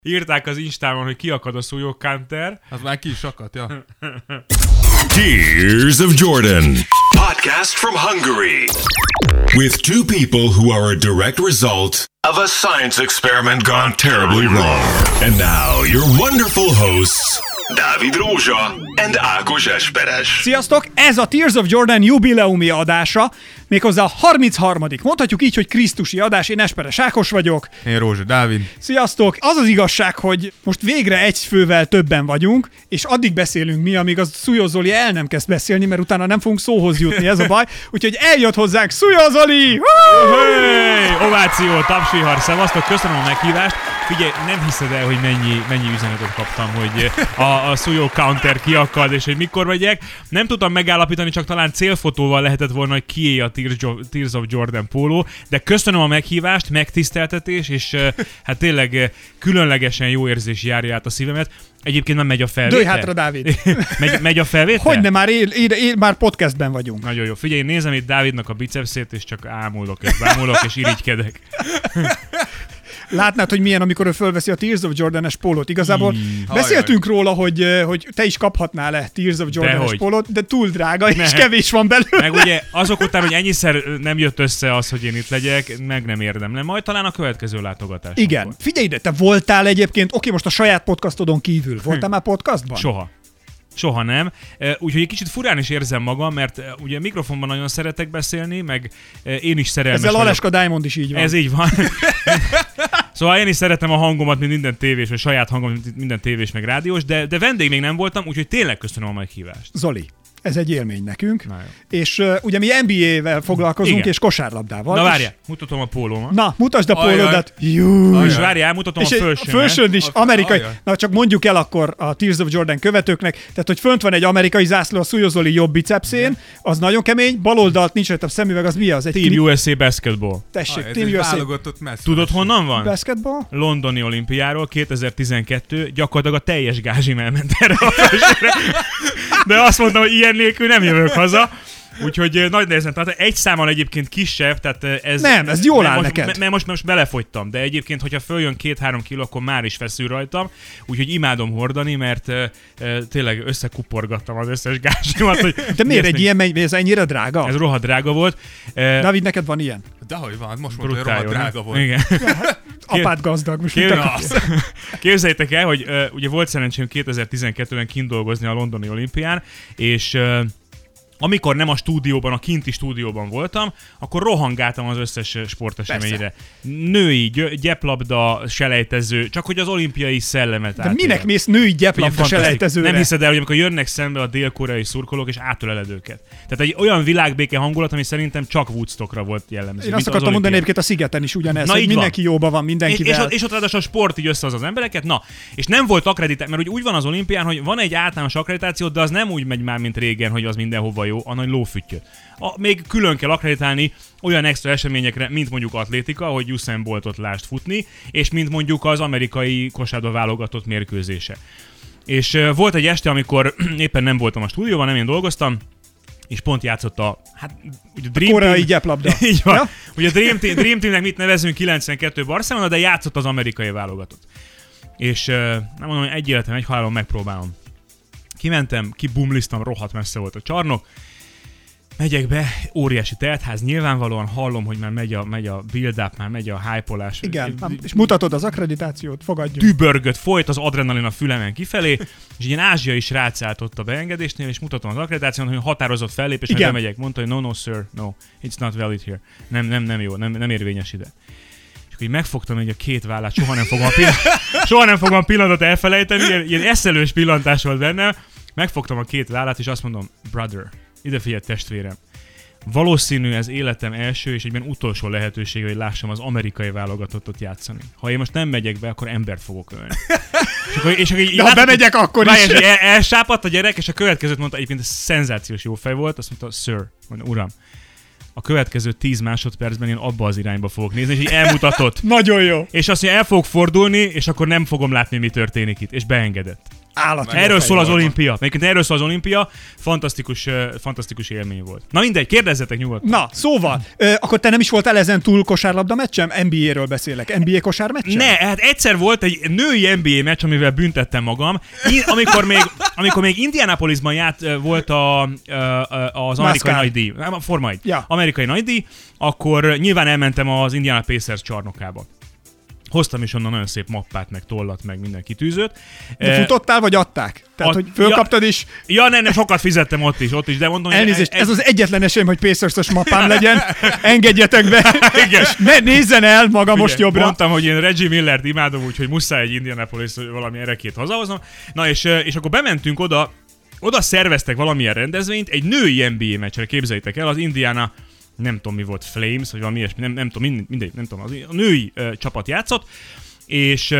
Írták az Instában, hogy kiakad a Suyo Counter. Az már ki is akadt, ja. Tears of Jordan. Podcast from Hungary. With two people who are a direct result of a science experiment gone terribly wrong. And now your wonderful hosts, Dávid Rózsa and Ákos Esperes. Sziasztok! Ez a Tears of Jordan jubileumi adása, méghozzá a 33. Mondhatjuk így, hogy krisztusi adás. Én Esperes Ákos vagyok. Én Rózsa Dávid. Sziasztok! Az az igazság, hogy most végre egy fővel többen vagyunk, és addig beszélünk mi, amíg az Suyo Zoli el nem kezd beszélni, mert utána nem fogunk szóhoz jutni, ez a baj. Úgyhogy eljött hozzánk Suyo Zoli! Hey! Ováció, tapsvihar, szevasztok, köszönöm a meghívást. Figyelj, nem hiszed el, hogy mennyi üzenetet kaptam, hogy a Suyo Counter kiakad, és hogy mikor megyek. Nem tudtam megállapítani, csak talán célfotóval lehetett volna, hogy kié a Tears of Jordan póló, de köszönöm a meghívást, megtiszteltetés, és hát tényleg különlegesen jó érzés járja át a szívemet. Egyébként már megy a felvétel. Dőj hátra, Dávid! megy a felvétel? Hogyne, már podcastben vagyunk. Nagyon jó. Figyelj, én nézem itt Dávidnak a bicepszét, és csak ámulok, és bámulok, és irigykedek. Látnád, hogy milyen, amikor ő fölveszi a Tears of Jordan-es pólót. Igazából beszéltünk róla, hogy te is kaphatnál-e Tears of Jordan-es pólót, de túl drága, és kevés van belőle. Meg ugye azok után, hogy ennyiszer nem jött össze az, hogy én itt legyek, meg nem érdemlem. Majd talán a következő látogatás. Igen. Figyelj ide, te voltál egyébként, oké, most a saját podcastodon kívül. Voltál már podcastban? Soha nem. Úgyhogy egy kicsit furán is érzem magam, mert ugye mikrofonban nagyon szeretek beszélni, meg én is szerelmes vagyok. Ezzel Aleska Diamond is így van. Ez így van. Szóval én is szeretem a hangomat, mint minden tévés, vagy saját hangom, mint minden tévés, meg rádiós, de vendég még nem voltam, úgyhogy tényleg köszönöm a meghívást. Zoli, ez egy élmény nekünk, és ugye mi NBA-vel foglalkozunk, igen, és kosárlabdával. Na várjál, mutatom a pólómat. Na, mutasd a pólódat. És várjál, mutatom és a fölsőmet. A fölsőd is amerikai. Ajaj. Na csak mondjuk el akkor a Tears of Jordan követőknek, tehát hogy fönt van egy amerikai zászló a Suyo Zoli jobb bicepszén, az nagyon kemény, bal oldalt nincs rajta szemüveg, az mi az? Egy Team USA Basketball. Tessék, Team USA. Tudod honnan van? Basketball? Londoni olimpiáról, 2012, gyakorlatilag a teljes gázsim elment erre a fölsőre. De azt mondtam, hogy ilyen nélkül nem jövök haza. Úgyhogy nagy nehezen, tehát egy számmal egyébként kisebb, tehát ez... Nem, ez jól áll neked. Mert most belefogytam, de egyébként, hogyha följön 2-3 kiló, akkor már is feszül rajtam, úgyhogy imádom hordani, mert tényleg összekuporgattam az összes gázsimat. Hogy de miért egy ilyen, ez ennyire drága? Ez rohadt drága volt. Dávid, neked van ilyen? Dehogy van, most mondta, hogy rohadt drága volt. Igen. Apád gazdag. Képzeljétek el, hogy ugye volt szerencsém 2012-ben kint dolgozni a londoni olimpián, és... amikor nem a stúdióban, a kinti stúdióban voltam, akkor rohangáltam az összes sporteseményre. Női, gyeplabda, selejtező, csak hogy az olimpiai szellemet átélem. De minek mész női gyeplabda selejtezőre? Nem hiszed el, hogy amikor jönnek szembe a dél-koreai szurkolók, és átöleled őket. Tehát egy olyan világbéke hangulat, ami szerintem csak Woodstockra volt jellemző. Én azt akartam mondani egyébként a szigeten is ugyanez, hogy mindenki jóban van, mindenkivel. És ott ráadásul a sport így összehoz az embereket. Na, és nem volt akkreditáció, mert úgy van az olimpián, hogy van egy általános akkreditáció, de az nem úgy megy már, mint régen, hogy az mindenhova jó, a nagy lófüttyöt. Még külön kell akkreditálni olyan extra eseményekre, mint mondjuk atlétika, hogy Usain Boltot lásd futni, és mint mondjuk az amerikai kosárlabda válogatott mérkőzése. És volt egy este, amikor éppen nem voltam a stúdióban, nem én dolgoztam, és pont játszott ugye Dream koreai gyeplabda. Így van. Ja? Ugye a Dream Teamnek mit nevezünk 92 Barcelona, de játszott az amerikai válogatott. És nem mondom, hogy egy életem, egy halálom megpróbálom. Kimentem, kibumliztam, rohadt messze volt a csarnok. Megyek be, óriási teltház, nyilvánvalóan hallom, hogy már megy a build-up, már megy a hype-olás. Igen, és mutatod az akkreditációt, fogadjuk. Dübörgött, folyt az adrenalin a fülemen kifelé, és egy ázsiai srác állt ott a beengedésnél, és mutatom az akkreditációt, hogy határozott fellépés, mert bemegyek. Mondta, hogy no sir, no, it's not valid here. Nem jó, nem érvényes ide. Így megfogtam egy a két vállát, soha nem fogom a pillanatot elfelejteni, ilyen eszelős pillantás volt bennem. Megfogtam a két vállát, és azt mondom, brother, ide figyelj, testvérem. Valószínű ez életem első és egyben utolsó lehetősége, hogy lássam az amerikai válogatottot játszani. Ha én most nem megyek be, akkor embert fogok ölni. És akkor de ha bemegyek, akkor is. Elsápadt a gyerek, és a következőt mondta, egyébként szenzációs jó fej volt, azt mondta, sir, mondta, uram, a következő 10 másodpercben én abba az irányba fogok nézni, és így elmutatott. Nagyon jó. És azt mondja, el fogok fordulni, és akkor nem fogom látni, mi történik itt. És beengedett. Állat. Erről szól az olimpia. Egyébként erről szól az olimpia. Fantasztikus élmény volt. Na mindegy, kérdezzetek nyugodtan. Na, szóval, akkor te nem is voltál ezen túl kosárlabda meccsem? NBA-ről beszélek. NBA kosár meccsem? Ne, hát egyszer volt egy női NBA meccs, amivel büntettem magam. Amikor még Indianapolisban volt az amerikai nagydíj. Nem, a Forma 1. Ja. Amerikai nagydíj, akkor nyilván elmentem az Indiana Pacers csarnokába. Hoztam is onnan nagyon szép mappát, meg tollat, meg minden kitűzőt. De futottál, vagy adták? Tehát, hogy fölkaptad is? Ja, nem, sokat fizettem ott is, de mondom... Elnézést, ez az egyetlen esélyem, hogy Pacers-os mappám legyen. Engedjetek be, és nézzen el maga most jobbra. Mondtam, hogy én Reggie Millert imádom, úgyhogy muszáj egy Indianapolis valami erekét hazahoznom. Na, és akkor bementünk oda szerveztek valamilyen rendezvényt, egy női NBA meccsre, képzeljétek el, az Indiana, nem tudom mi volt, Flames, vagy valami ilyesmi, nem tudom, mindegy, nem tudom, a női csapat játszott, és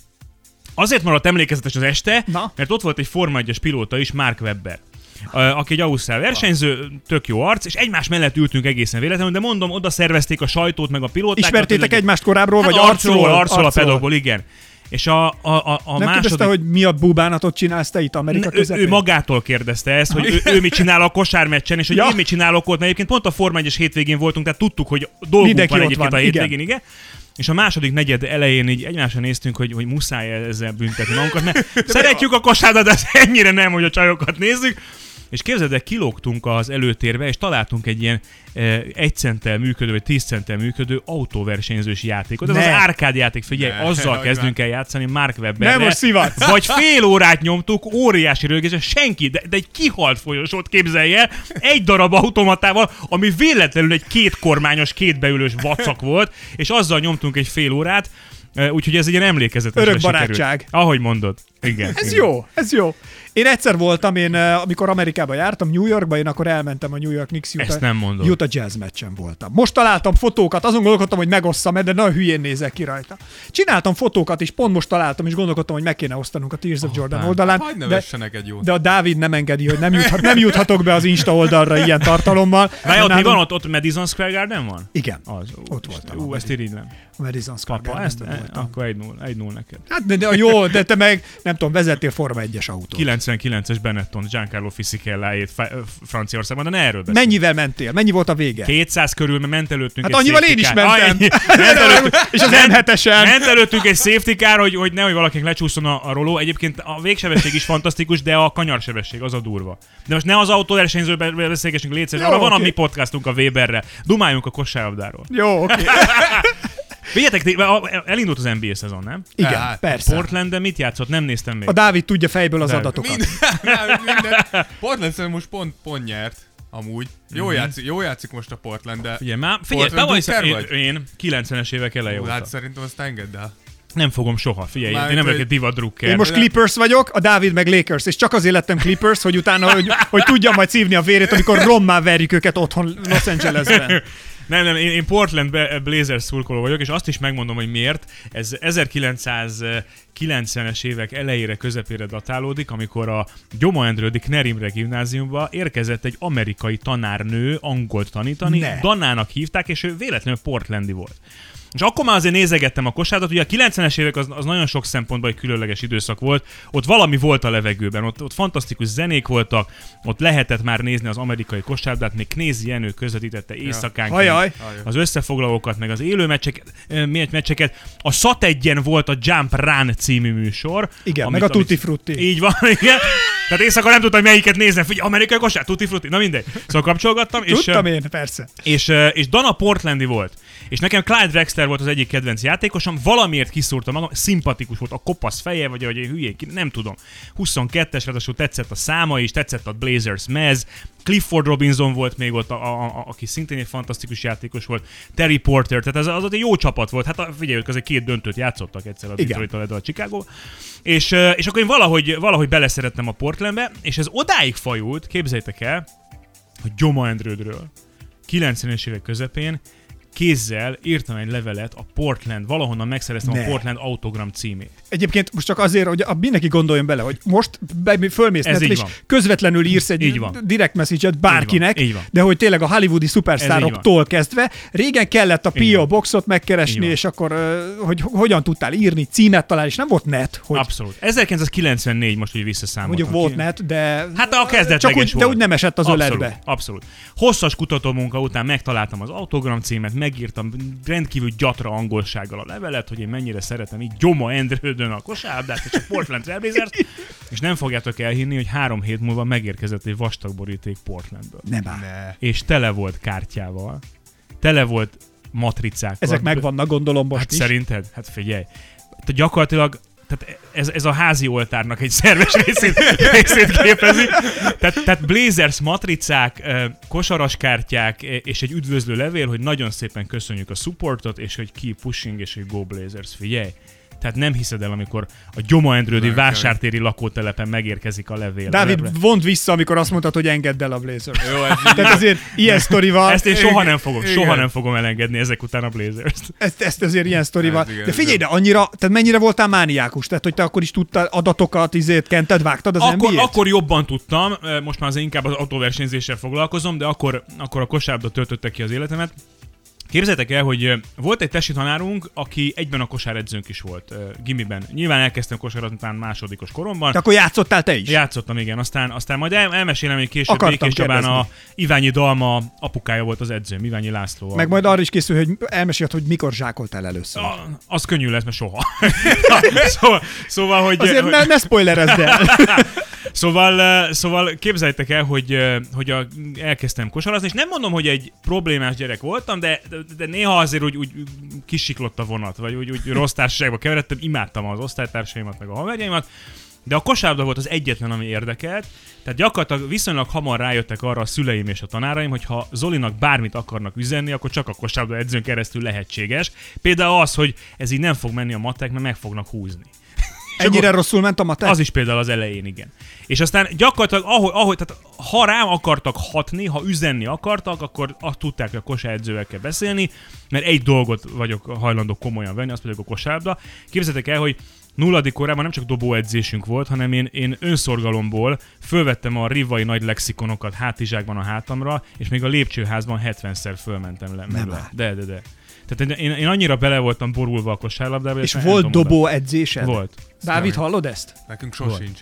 azért maradt emlékezetes az este, mert ott volt egy Forma 1-es pilóta is, Mark Webber, aki egy ausztrál versenyző, tök jó arc, és egymás mellett ültünk egészen véletlenül, de mondom, oda szervezték a sajtót, meg a pilótákat. Ismertétek egymást korábbról, vagy arcról a pedagógból, igen. És a nem kérdezte, hogy mi a búbánatot csinálsz te itt Amerika közepén? Ő magától kérdezte ezt, hogy ő mit csinál a kosármeccsen, és hogy én mit csinálok ott. Egyébként pont a Forma 1-es hétvégén voltunk, tehát tudtuk, hogy dolgunk van egyébként a hétvégén, igen. És a második negyed elején így egymásra néztünk, hogy muszáj ezzel büntetni magunkat, mert szeretjük a kosárlabdát, de ez ennyire nem, hogy a csajokat nézzük. És képzeld el, kilógtunk az előtérbe, és találtunk egy ilyen 1 centtel működő, vagy 10 centtel működő autóversenyzős játékot. Ez az árkád játék, figyelj, azzal kezdünk el játszani Mark Webberre. Nem most szivatsz. Vagy fél órát nyomtuk, óriási rögéssel, senki, de egy kihalt folyosót képzelj el, egy darab automatával, ami véletlenül egy kétkormányos, kétbeülős vacak volt, és azzal nyomtunk egy fél órát, úgyhogy ez egy ilyen emlékezetes. Örök barátság. Ahogy mondod. Igen. Ez jó. Én egyszer voltam, amikor Amerikába jártam, New Yorkba, én akkor elmentem a New York Knicks Utah Jazz meccsen voltam. Most találtam fotókat, azon gondolkodtam, hogy megosszam, de nagyon hülyén nézek ki rajta. Csináltam fotókat, és pont most találtam, és gondolkodtam, hogy meg kéne osztanunk a Tears of Jordan oldalán. De a Dávid nem engedi, hogy nem juthatok be az Insta oldalra ilyen tartalommal. Na, mi van ott Madison Square Garden van? Igen. Ott voltam. Ezt irigylem. A Madison Square Garden voltam. Akkor 1-0 neked. Hát, de jó, de te meg, nem tudom, vezettél Forma 1-es autót. 99-es Benetton, Giancarlo Fisichella-ét Franciaországban, de ne erről beszélünk. Mennyivel mentél? Mennyi volt a vége? 200 körül, mert ment előttünk egy annyival én is mentem. És az M7-esen. Ment előttünk egy safety car, hogy nehogy valakinek lecsúszson a roló. Egyébként a végsebesség is fantasztikus, de a kanyarsebesség az a durva. De most ne az autóversenyzőről beszélgessünk, légy szíves. Arra van a mi podcastunk a Weberre. Dumáljunk a kosárlabdáról. Jó, oké. Figyeljetek, elindult az NBA szezon, nem? Igen, persze. Portlandben mit játszott? Nem néztem még. A Dávid tudja fejből az adatokat. Minden. Portland szerintem most pont nyert. Amúgy. Jó játszik most a Portland, de... Figyelj, én 90-es évek eleje óta. Hát szerintem azt engedd el. Nem fogom soha, figyelj, én nem vagyok egy divat drukker. Én most Clippers vagyok, a Dávid meg Lakers, és csak azért lettem Clippers, hogy utána, hogy tudjam majd szívni a vérét, amikor rommá verjük őket otthon Los Angelesben. Nem, én Portland Blazers szurkoló vagyok, és azt is megmondom, hogy miért. Ez 1990-es évek elejére, közepére datálódik, amikor a Gyoma Endrődi Kner Imre gimnáziumba érkezett egy amerikai tanárnő angolt tanítani. Dannának hívták, és ő véletlenül portlandi volt. És akkor már azért nézegettem a kosárlabdát, ugye a 90-es évek az nagyon sok szempontból egy különleges időszak volt, ott valami volt a levegőben, ott fantasztikus zenék voltak, ott lehetett már nézni az amerikai kosárlabdát, még Knézi Jenő közvetítette éjszakánként az összefoglalókat, meg az élő meccseket. A Sat1-en volt a Jump Run című műsor. Igen, meg a Tutti Frutti. Így van, igen. Tehát éjszaka nem tudtam, hogy melyiket nézem, hogy amerikai kosár, Tutti Frutti, na mindegy. Szóval kapcsolgattam. Tudtam én, persze. És Dana portlandi volt. És nekem Clyde Drexler volt az egyik kedvenc játékosom, valamiért kiszúrtam magam, szimpatikus volt, a kopasz feje, vagy egy hülyén, nem tudom. 22-es, ráadásul tetszett a száma is, tetszett a Blazers mez, Clifford Robinson volt még ott, aki szintén egy fantasztikus játékos volt, Terry Porter, tehát az egy jó csapat volt. Hát figyelj, ők azért 2 döntőt játszottak egyszer a Detroit-tal, a Chicago. És akkor én valahogy beleszerettem a Portlandbe, és ez odáig fajult, képzeljétek el, hogy Gyoma Endrődről 90-es évek közepén kézzel írtam egy levelet a Portland, valahonnan megszereztem a Portland autogram címét. Egyébként most csak azért, hogy mindenki gondoljon bele, hogy most fölmész netre, és közvetlenül írsz egy direct message-et bárkinek, így van. De hogy tényleg a hollywoodi szupersztároktól kezdve, régen kellett a P.O. boxot megkeresni, és akkor hogy hogyan tudtál írni, címet találni, és nem volt net. Hogy... Abszolút. 1994 most úgy visszaszámoltam. Mondjuk volt net, de... Hát a kezdetleges volt. De úgy nem esett az öletbe. Abszolút. Hosszas kutatómunka után megtaláltam az autogram címet, megírtam rendkívül gyatra angolsággal a levelet, hogy én mennyire szeretem így Gyoma Endrődön a kosárlabdát és a Portland Trail Blazers-t, és nem fogjátok elhinni, hogy 3 hét múlva megérkezett egy vastag boríték Portlandből. Ne. És tele volt kártyával, tele volt matricákkal. Ezek megvannak, gondolom most is. Szerinted? Hát figyelj. Tehát gyakorlatilag ez a házi oltárnak egy szerves részét képezi. Tehát Blazers matricák, kosaraskártyák és egy üdvözlő levél, hogy nagyon szépen köszönjük a supportot, és hogy keep pushing, és hogy go Blazers. Figyelj! Tehát nem hiszed el, amikor a Gyoma Endrődi vásártéri lakótelepen megérkezik a levél. Dávid, vond vissza, amikor azt mondtad, hogy engedd el a Blazers. Tehát azért ilyen sztorival... Ezt én soha nem fogom elengedni ezek után a Blazers-t. Ezt azért ilyen sztorival. De figyelj, de annyira, tehát mennyire voltál mániákus? Tehát, hogy te akkor is tudtál adatokat, kented, vágtad az NBA-t? Akkor jobban tudtam, most már azért inkább az autóversenyzéssel foglalkozom, de akkor a kosárlabda töltötte ki az életemet. Képzeljétek el, hogy volt egy testi tanárunk, aki egyben a kosáredzőnk is volt gimiben. Nyilván elkezdtem kosárlabdát másodikos koromban. De akkor játszottál te is? Játszottam, igen. Aztán majd elmesélem, hogy később Békés Csabán a Iványi Dalma apukája volt az edzőm, Iványi László. Meg majd arra is készül, hogy elmesélt, hogy mikor zsákoltál először. Az könnyű lesz, mert soha. szóval, hogy... Azért ne spoilerezd el. Szóval képzeljétek el, hogy elkezdtem kosarazni, és nem mondom, hogy egy problémás gyerek voltam, de néha azért úgy kisiklott a vonat, vagy úgy rossz társaságba keveredtem, imádtam az osztálytársaimat, meg a haverjaimat, de a kosárlabda volt az egyetlen, ami érdekelt, tehát gyakorlatilag viszonylag hamar rájöttek arra a szüleim és a tanáraim, hogy ha Zolinak bármit akarnak üzenni, akkor csak a kosárlabda edzőn keresztül lehetséges. Például az, hogy ez így nem fog menni a matek, mert meg fognak húzni. Ennyire rosszul ment a matek? Az is például az elején, igen. És aztán gyakorlatilag, tehát ha rám akartak hatni, ha üzenni akartak, akkor azt tudták, hogy a kosáredzővel kell beszélni, mert egy dolgot vagyok hajlandó komolyan venni, az pedig a kosárlabda. Képzeljétek el, hogy 0. korában nem csak dobóedzésünk volt, hanem én önszorgalomból fölvettem a rivai nagy lexikonokat hátizsákban a hátamra, és még a lépcsőházban 70-szer fölmentem le. De. Tehát én annyira bele voltam borulva a kosárlabdába. És volt dobóedzésed? Volt. Dávid, hallod ezt? Nekünk sosincs.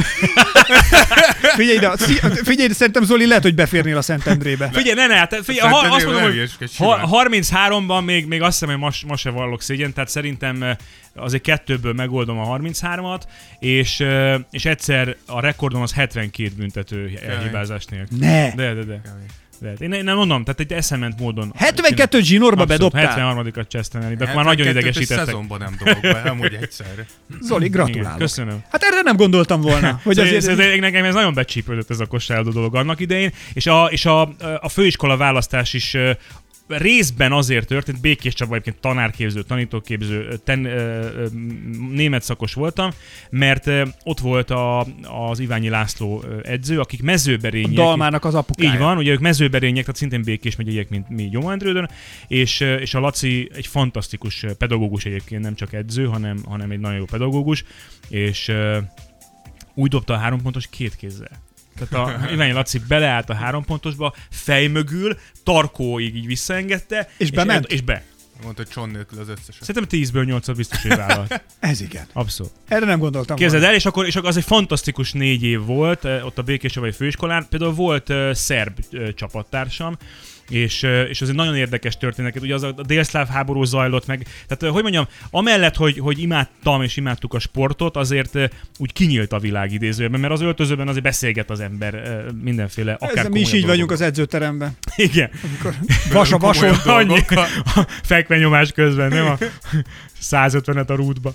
Figyelj, szerintem Zoli lehet, hogy beférnél a Szentendrébe. Figyelj, azt mondom, hogy 33-ban még azt hiszem, hogy ma se vallok szégyen, tehát szerintem azért 2-ből megoldom a 33-at, és egyszer a rekordom az 72 büntető elhibázás nélkül. Ne! De. Én nem mondom, tehát egy eszement módon. 72 zsinórba bedobtál? 73-at csesztem el, de már nagyon idegesítettek. Szezonban nem dobok be, amúgy egyszerre. Zoli, gratulálok. Igen, köszönöm. Hát erre nem gondoltam volna. Hogy azért nekem ez nagyon becsípődött ez a kosárlabda dolog annak idején, és a főiskola választás is részben azért történt, Békés Csaba egyébként tanárképző, tanítóképző, német szakos voltam, mert ott volt az Iványi László edző, akik mezőberények. A Dalmának az apukája. Így van, ugye ők mezőberények, tehát szintén Békés megyeiek, mint mi Gyoma Endrődön, és a Laci egy fantasztikus pedagógus egyébként, nem csak edző, hanem egy nagyon jó pedagógus, és úgy dobta a 3 pontos 2 kézzel. Tehát a Iványi Laci beleállt a 3 pontosba, fej mögül, tarkóig így visszaengedte, és bement? És be. Mondta, hogy Cson nélkül az összeset. Szerintem 10-ből 8-at biztos, hogy vállalt. Ez igen. Abszolút. Erre nem gondoltam. Képzeld el, és akkor az egy fantasztikus 4 év volt, ott a Békés Csabai főiskolán. Például volt szerb csapattársam, és az egy nagyon érdekes történet. Ugye az a délszláv háború zajlott meg. Tehát, hogy mondjam, amellett, hogy imádtam és imádtuk a sportot, azért úgy kinyílt a világ idézőjében, mert az öltözőben azért beszélget az ember mindenféle akár mi is így vagyunk az edzőteremben. Igen. Vas a vason. Fekvenyomás közben, nem a 150-et a rútba.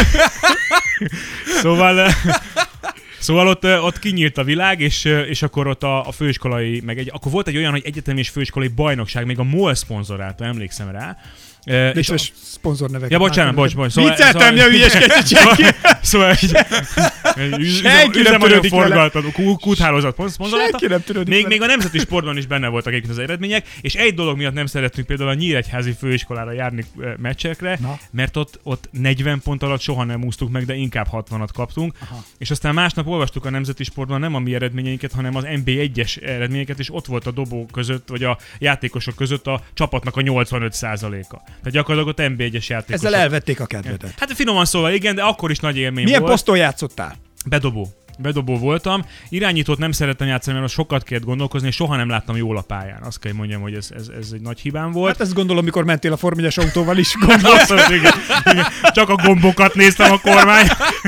Szóval ott kinyílt a világ, és akkor ott a főiskolai, akkor volt egy olyan, hogy egyetemi és főiskolai bajnokság, még a MOL szponzorálta, emlékszem rá. És a szponzornevek. Ja, bocsánat. Vicceltem, ja, ügyeskedj, Szóval Üzemanyagforgaltató, kúthálózat szponzorálta. Még a nemzeti sportban is benne voltak egyébként az eredmények, és egy dolog miatt nem szerettünk például a Nyíregyházi főiskolára járni meccsekre, mert ott 40 pont alatt soha nem úsztuk meg, de inkább 60-at kaptunk. Aha. És aztán másnap olvastuk a nemzeti sportban nem a mi eredményeinket, hanem az NB1-es eredményeket, és ott volt a dobó között, vagy a játékosok között a csapatnak a 85%-a. Tehát gyakorlatilag ott NB1-es játékosok. Ezzel elvették a kedvedet. Hát finoman szóval igen, de akkor is nagy élmény Milyen volt. poszton játszottál? Bedobó voltam. Irányítót nem szerettem játszani, mert sokat kellett gondolkozni, és soha nem láttam jól a pályán. Azt kell mondjam, hogy ez egy nagy hibám volt. Hát ezt gondolom, mikor mentél a Form 1-es autóval is gondolsz. Igen. Csak a gombokat néztem a kormány.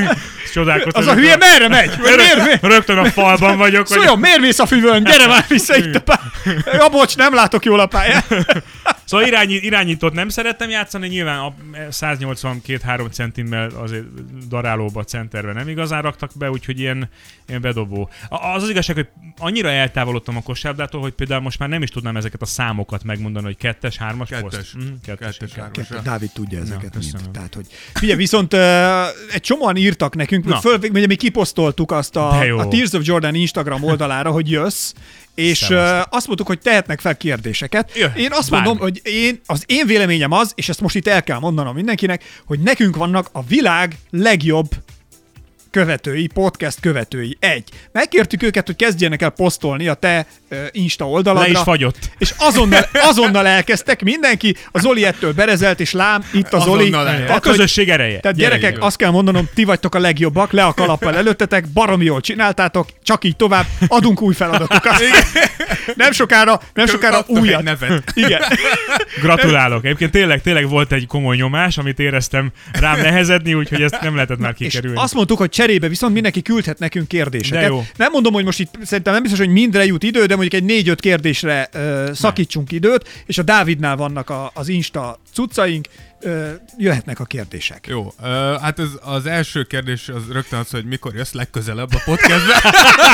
Az a hülye merre megy? Rögtön a falban vagyok. Szóljon, miért mész a füvön? Gyere már vissza itt a pályán. Bocs, nem látok jól a pályán. Szóval irányítót nem szerettem játszani, nyilván a 182-3 centimmel azért darálóba, centerbe nem igazán raktak be, úgyhogy ilyen bedobó. Az igazság, hogy annyira eltávolodtam a kosárlabdától, hogy például most már nem is tudnám ezeket a számokat megmondani, hogy 2-es, 3-as poszt. 2-es. Dávid tudja ezeket mind. Tehát, hogy figyelj, viszont egy csomóan írtak nekünk, ugye mi kiposztoltuk azt a Tears of Jordan Instagram oldalára, hogy jössz, és azt mondtuk, hogy tehetnek fel kérdéseket. Én azt mondom, hogy az én véleményem az, és ezt most itt el kell mondanom mindenkinek, hogy nekünk vannak a világ legjobb követői, podcast követői. Megkértük őket, hogy kezdjenek el posztolni a te Insta oldaladra. Le is fagyott. És azonnal elkezdtek, mindenki, a Zoli ettől berezelt, és lám, itt a Zoli. A közösség ereje. Tehát gyerekek, azt kell mondanom, ti vagytok a legjobbak, le a kalappal előttetek, baromi jól csináltátok, csak így tovább, adunk új feladatokat. Nem sokára újat. Nevet. Igen. Gratulálok. Egyébként tényleg volt egy komoly nyomás, amit éreztem rám nehezedni, úgyhogy ezt nem lehetett már kikerülni. És azt mondtuk, hogy cserébe viszont mindenki küldhet nekünk kérdéseket. Nem mondom, hogy most itt szerintem nem biztos, hogy mindre jut idő, de mondjuk egy 4-5 kérdésre szakítsunk időt, és a Dávidnál vannak az Insta cuccaink, jöhetnek a kérdések. Jó, hát az első kérdés az rögtön az, hogy mikor jössz legközelebb a podcastbe.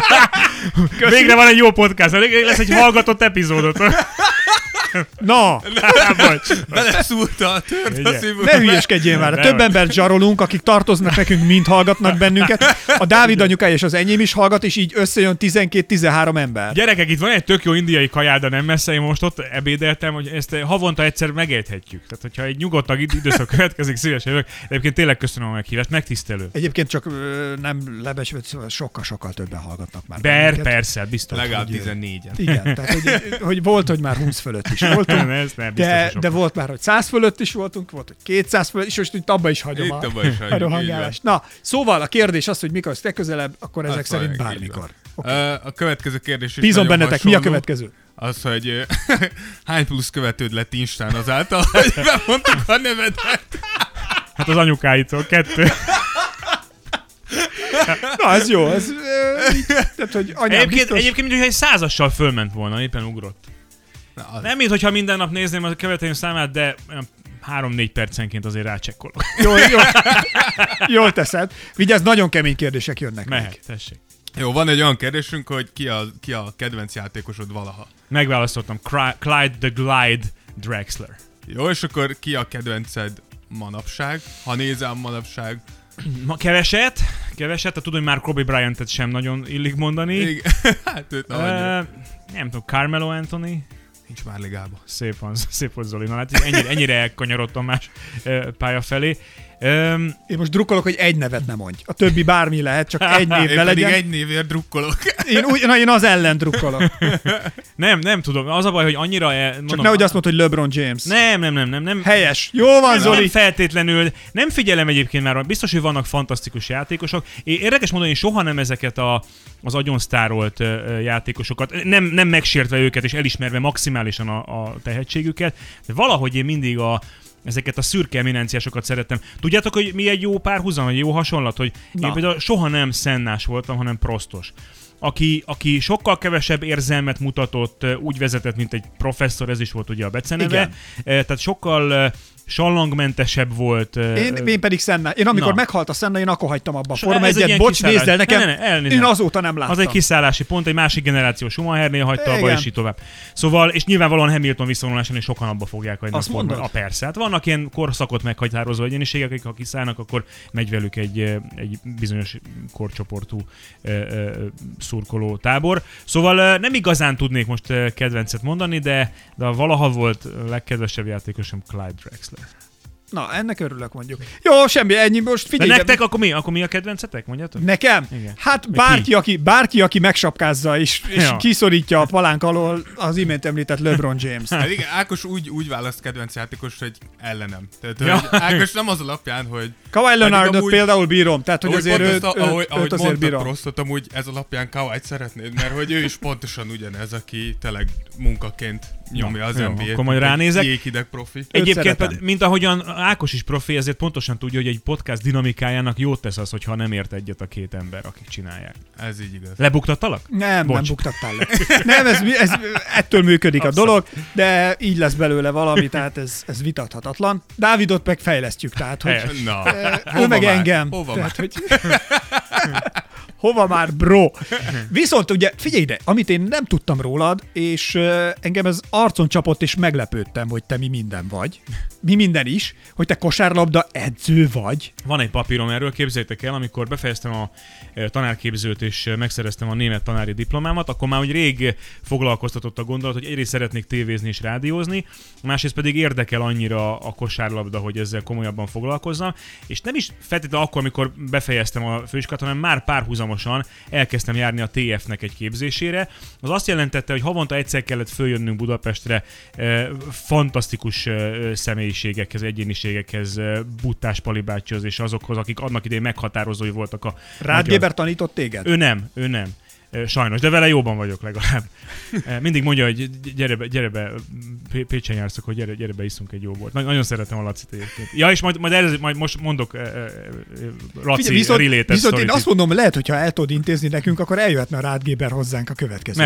Végre van egy jó podcast, lesz egy hallgatott epizódot. Na! Beleszúrta a tört a szívünkbe. Ne hülyeskedjél már, több embert zsarolunk, akik tartoznak nekünk, mind hallgatnak bennünket. A Dávid anyukája és az enyém is hallgat, és így összejön 12-13 ember. Gyerekek, itt van egy tök jó indiai kajáda, nem messze, én most ott ebédeltem, hogy ezt havonta egyszer megérthetjük. Tehát, hogyha egy nyugodtabb időszak következik, szívesen jövök. Egyébként tényleg köszönöm a meghívást, megtisztelő. Egyébként csak nem lebecsült, sokkal többen hallgatnak már. Persze, biztos. Legalább 14-en. Igen, tehát hogy volt, hogy már 20 fölött is voltunk, de volt már, hogy 100 fölött is voltunk, volt, hogy 200 fölött is, és most abba is hagyom a rohangálást. Na, szóval a kérdés az, hogy mikor az legközelebb, akkor ezek szerint bármikor. Okay. A következő kérdés is bízom bennetek, hasonló. mi a következő? Az, hogy hány plusz követőd lett Instán azáltal, hogy bemondtuk a nevedet. Hát az anyukáitól 2. Na, ez jó. Tehát, hogy egyébként, mintha egy 100-assal fölment volna, éppen ugrott. Nem, mintha minden nap nézném a követőim számát, de 3-4 percenként azért rácsekkolok. Jól teszed. Vigyázz, nagyon kemény kérdések jönnek. Mehet, tessék. Jó, van egy olyan kérdésünk, hogy ki a kedvenc játékosod valaha. Megválasztottam. Clyde the Glide Drexler. Jó, és akkor ki a kedvenced manapság? Ha nézel manapság. Keveset, tehát tudom, hogy már Kobe Bryant-et sem nagyon illik mondani. Igen. Hát őt nem tudom, Carmelo Anthony. Nincs már ligában. Szép van Zoli. Na hát ennyire elkanyarodtam más pálya felé. Én most drukkolok, hogy egy nevet nem mondj. A többi bármi lehet, csak egy név ne legyen. Én egy névért drukkolok. Én az ellen drukkolok. Nem tudom. Az a baj, hogy annyira... Csak nehogy azt mondod, hogy LeBron James. Nem. Helyes. Jó van, Zoli. Nem feltétlenül. Nem figyelem egyébként már. Biztos, hogy vannak fantasztikus játékosok. Érdekes mondani, én soha nem ezeket az agyonsztárolt játékosokat, nem megsértve őket és elismerve maximálisan a tehetségüket, de valahogy én mindig ezeket a szürke eminenciásokat szerettem. Tudjátok, hogy mi egy jó párhuzam, egy jó hasonlat, hogy én például soha nem Sennás voltam, hanem Prostos. Aki sokkal kevesebb érzelmet mutatott, úgy vezetett, mint egy professzor, ez is volt ugye a beceneve. Tehát sokkal sallangmentesebb volt. Én pedig Senna. Én amikor meghalt a Senna, én akkor hagytam abba a Forma 1-et. Bocs, nézd el nekem, én azóta nem láttam. Az egy kiszállási pont, egy másik generáció Schumachernél hagyta abba, és így tovább. Szóval, és nyilvánvalóan Hamilton visszavonulásán is sokan abba fogják hagyni a Formát. A persze. Hát vannak ilyen korszakot meghatározó egyéniségek, akik ha kiszállnak, akkor megy velük egy bizonyos korcsoportú szurkoló tábor. Szóval nem igazán tudnék most kedvencet mondani, de valaha volt legkedvesebb játékosom Clyde Drexler. Na, ennek örülök mondjuk. Jó, semmi, ennyi, most figyelj. De nektek akkor mi a kedvencetek, mondjátok? Nekem? Igen. Hát bárki, aki megsapkázza és kiszorítja a palánk alól az imént említett LeBron James. Hát igen, Ákos úgy választ kedvenc játékos, hogy ellenem. Tehát, hogy Ákos nem az alapján, hogy... Kawhi Leonardot például bírom, tehát hogy azért őt azért bírom. Prostot, amúgy ez alapján Kawhit szeretnéd, mert hogy ő is pontosan ugyanez, aki tényleg munkaként nyomja az NBA-t. Akkor majd ránézek. Jéghideg profi. Egyébként, mint ahogyan Ákos is profi, ezért pontosan tudja, hogy egy podcast dinamikájának jót tesz az, hogyha nem ért egyet a két ember, akik csinálják. Ez így igaz. Lebuktattalak? Nem buktattál le. Nem, ez ettől működik a dolog, de így lesz belőle valami, tehát ez vitathatatlan. Dávidot meg fejlesztjük, tehát hogy ő meg engem. Hova már, bro? Viszont ugye, figyelj ide, amit én nem tudtam rólad, és engem ez arcon csapott, és meglepődtem, hogy te mi minden vagy. Mi minden is, hogy te kosárlabda edző vagy. Van egy papírom erről, képzeljétek el, amikor befejeztem a tanárképzőt, és megszereztem a német tanári diplomámat, akkor már úgy rég foglalkoztatott a gondolat, hogy egyrészt szeretnék tévézni és rádiózni, másrészt pedig érdekel annyira a kosárlabda, hogy ezzel komolyabban foglalkozzam, és nem is feltétlenül akkor, amikor befejeztem a főiskolát, hanem már párhuzamosan elkezdtem járni a TF-nek egy képzésére. Az azt jelentette, hogy havonta egyszer kellett följönnünk Budapestre fantasztikus személyiségekhez, egyéniségekhez, Buttás Pali bácsihoz és azokhoz, akik annak idején meghatározói voltak a... Rád Géber tanított téged? Ő nem. Sajnos, de vele jóban vagyok legalább. Mindig mondja, hogy gyere be, Pécsen járszok, hogy gyere be, iszunk egy jó bort. Nagyon szeretem a Lacit egyébként. Ja, és majd most mondok Laci related viszont én azt mondom, lehet, hogyha el tudod intézni nekünk, akkor eljöhetne a Rád Géber hozzánk a következő.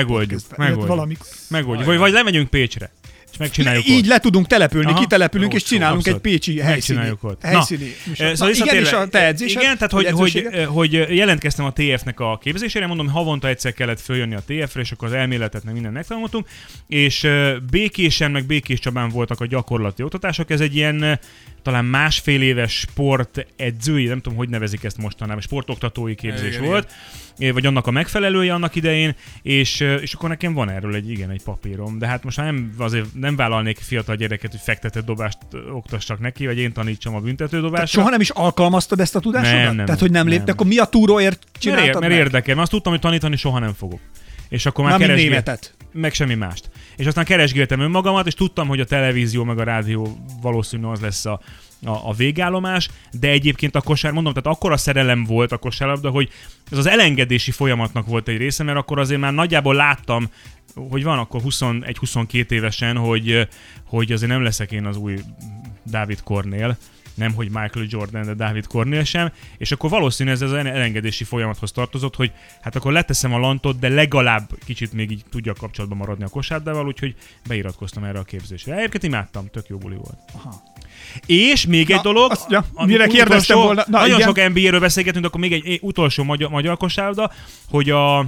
Megoldjuk. Vagy lemegyünk Pécsre. És megcsináljuk így le tudunk települni, kitelepülünk, és csinálunk egy pécsi helyszíni. Szóval igen, és a te edzésed? Igen, tehát hogy jelentkeztem a TF-nek a képzésére, mondom, havonta egyszer kellett följönni a TF-re, és akkor az elméletet meg mindent megtanultunk, és Békésen, meg Békés Csabán voltak a gyakorlati oktatások, ez egy ilyen talán másfél éves sportedzői, nem tudom, hogy nevezik ezt mostanában, sportoktatói képzés volt, vagy annak a megfelelője annak idején, és akkor nekem van erről egy papírom, de hát most azért nem vállalnék fiatal gyereket, hogy fektetett dobást oktassak neki, vagy én tanítsam a büntetődobásra. Soha nem is alkalmaztad ezt a tudásodat? Nem. Tehát, hogy nem léptek, akkor mi a túróért csináltad mert érdekel, mert azt tudtam, hogy tanítani soha nem fogok. És akkor már keresgéltem. Meg semmi mást. És aztán keresgéltem önmagamat, és tudtam, hogy a televízió meg a rádió valószínűleg az lesz a végállomás, de egyébként a kosár, mondom, tehát akkora szerelem volt a kosárlabda, hogy ez az elengedési folyamatnak volt egy része, mert akkor azért már nagyjából láttam, hogy van akkor 21-22 évesen, hogy azért nem leszek én az új David Cornél, nem hogy Michael Jordan, de David Cornél sem, és akkor valószínűleg ez az elengedési folyamathoz tartozott, hogy hát akkor leteszem a lantot, de legalább kicsit még így tudja kapcsolatban maradni a kosárlabdával, úgyhogy beiratkoztam erre a képzésre. Egyébként imádtam, tök jó buli volt. Aha. És még egy dolog, mire kérdeztem volna. Nagyon sok NBA-ről beszélgetünk, akkor még egy utolsó magyar kosárlabda, hogy a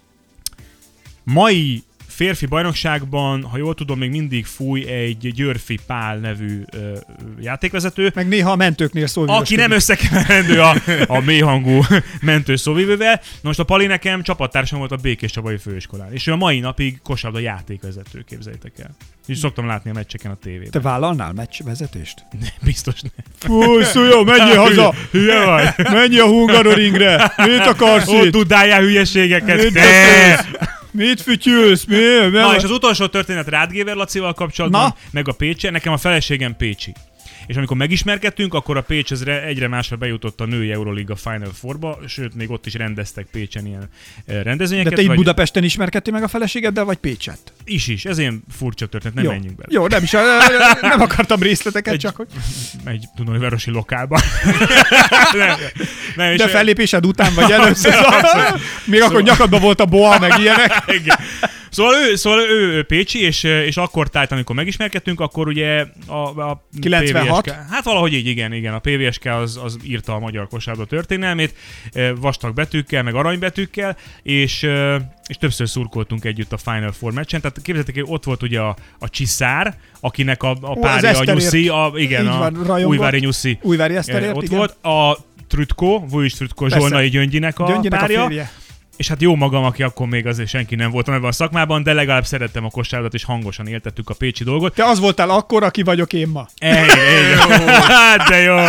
mai férfi bajnokságban, ha jól tudom, még mindig fúj egy Györfi Pál nevű játékvezető. Meg néha a mentőknél szóvivősködik. Aki nem összekeverendő a mélyhangú mentő szóvivővel. Most a Pali nekem csapattársam volt a Békés Csabai Főiskolán. És ő a mai napig kosárlabda játékvezető, képzeljétek el. És szoktam látni a meccseken a tévében. Te vállalnál meccsvezetést? Biztos nem. Fúj, szújó, menjél haza! Hülye vagy! Menj a Hungaroringre! Mit akarsz itt? Ott tudáljál hülyeségeket! Mit fütyülsz? Na, és az utolsó történet Rád Géber Lacival kapcsolatban, meg a Pécsi. Nekem a feleségem pécsi. És amikor megismerkedtünk, akkor a Pécs egyre másra bejutott a női Euroliga Final Fourba, sőt, még ott is rendeztek Pécsen ilyen rendezvényeket. De te itt Budapesten ismerkedtél meg a feleségeddel, vagy Pécset? Is. Ez ilyen furcsa történet, nem menjünk bele. Jó, nem akartam részleteket, csak hogy... Egy Dunajvárosi lokálban. De fellépésed után vagy először. Még akkor nyakadban volt a boa, meg ilyenek. Szóval ő pécsi, és akkor tájt, amikor megismerkedtünk, akkor ugye a 96? PVSK, hát valahogy így, igen, a PVSK az írta a magyar kosárlabda történelmét, vastag betűkkel, meg aranybetűkkel, és többször szurkoltunk együtt a Final Four meccsen, tehát képzeljétek, hogy ott volt ugye a Csiszár, akinek a párja a Nyuszi, Újvári Nyuszi Újvári Eszterért, ott igen. volt, a Trütko, Vujic Trütko, Zsolnai Gyöngyinek a párja. A férje. És hát jó magam, aki akkor még azért senki nem voltam ebben a szakmában, de legalább szerettem a kosárlabdát, és hangosan éltettük a pécsi dolgot. Te az voltál akkor, aki vagyok én ma. Hát de jó.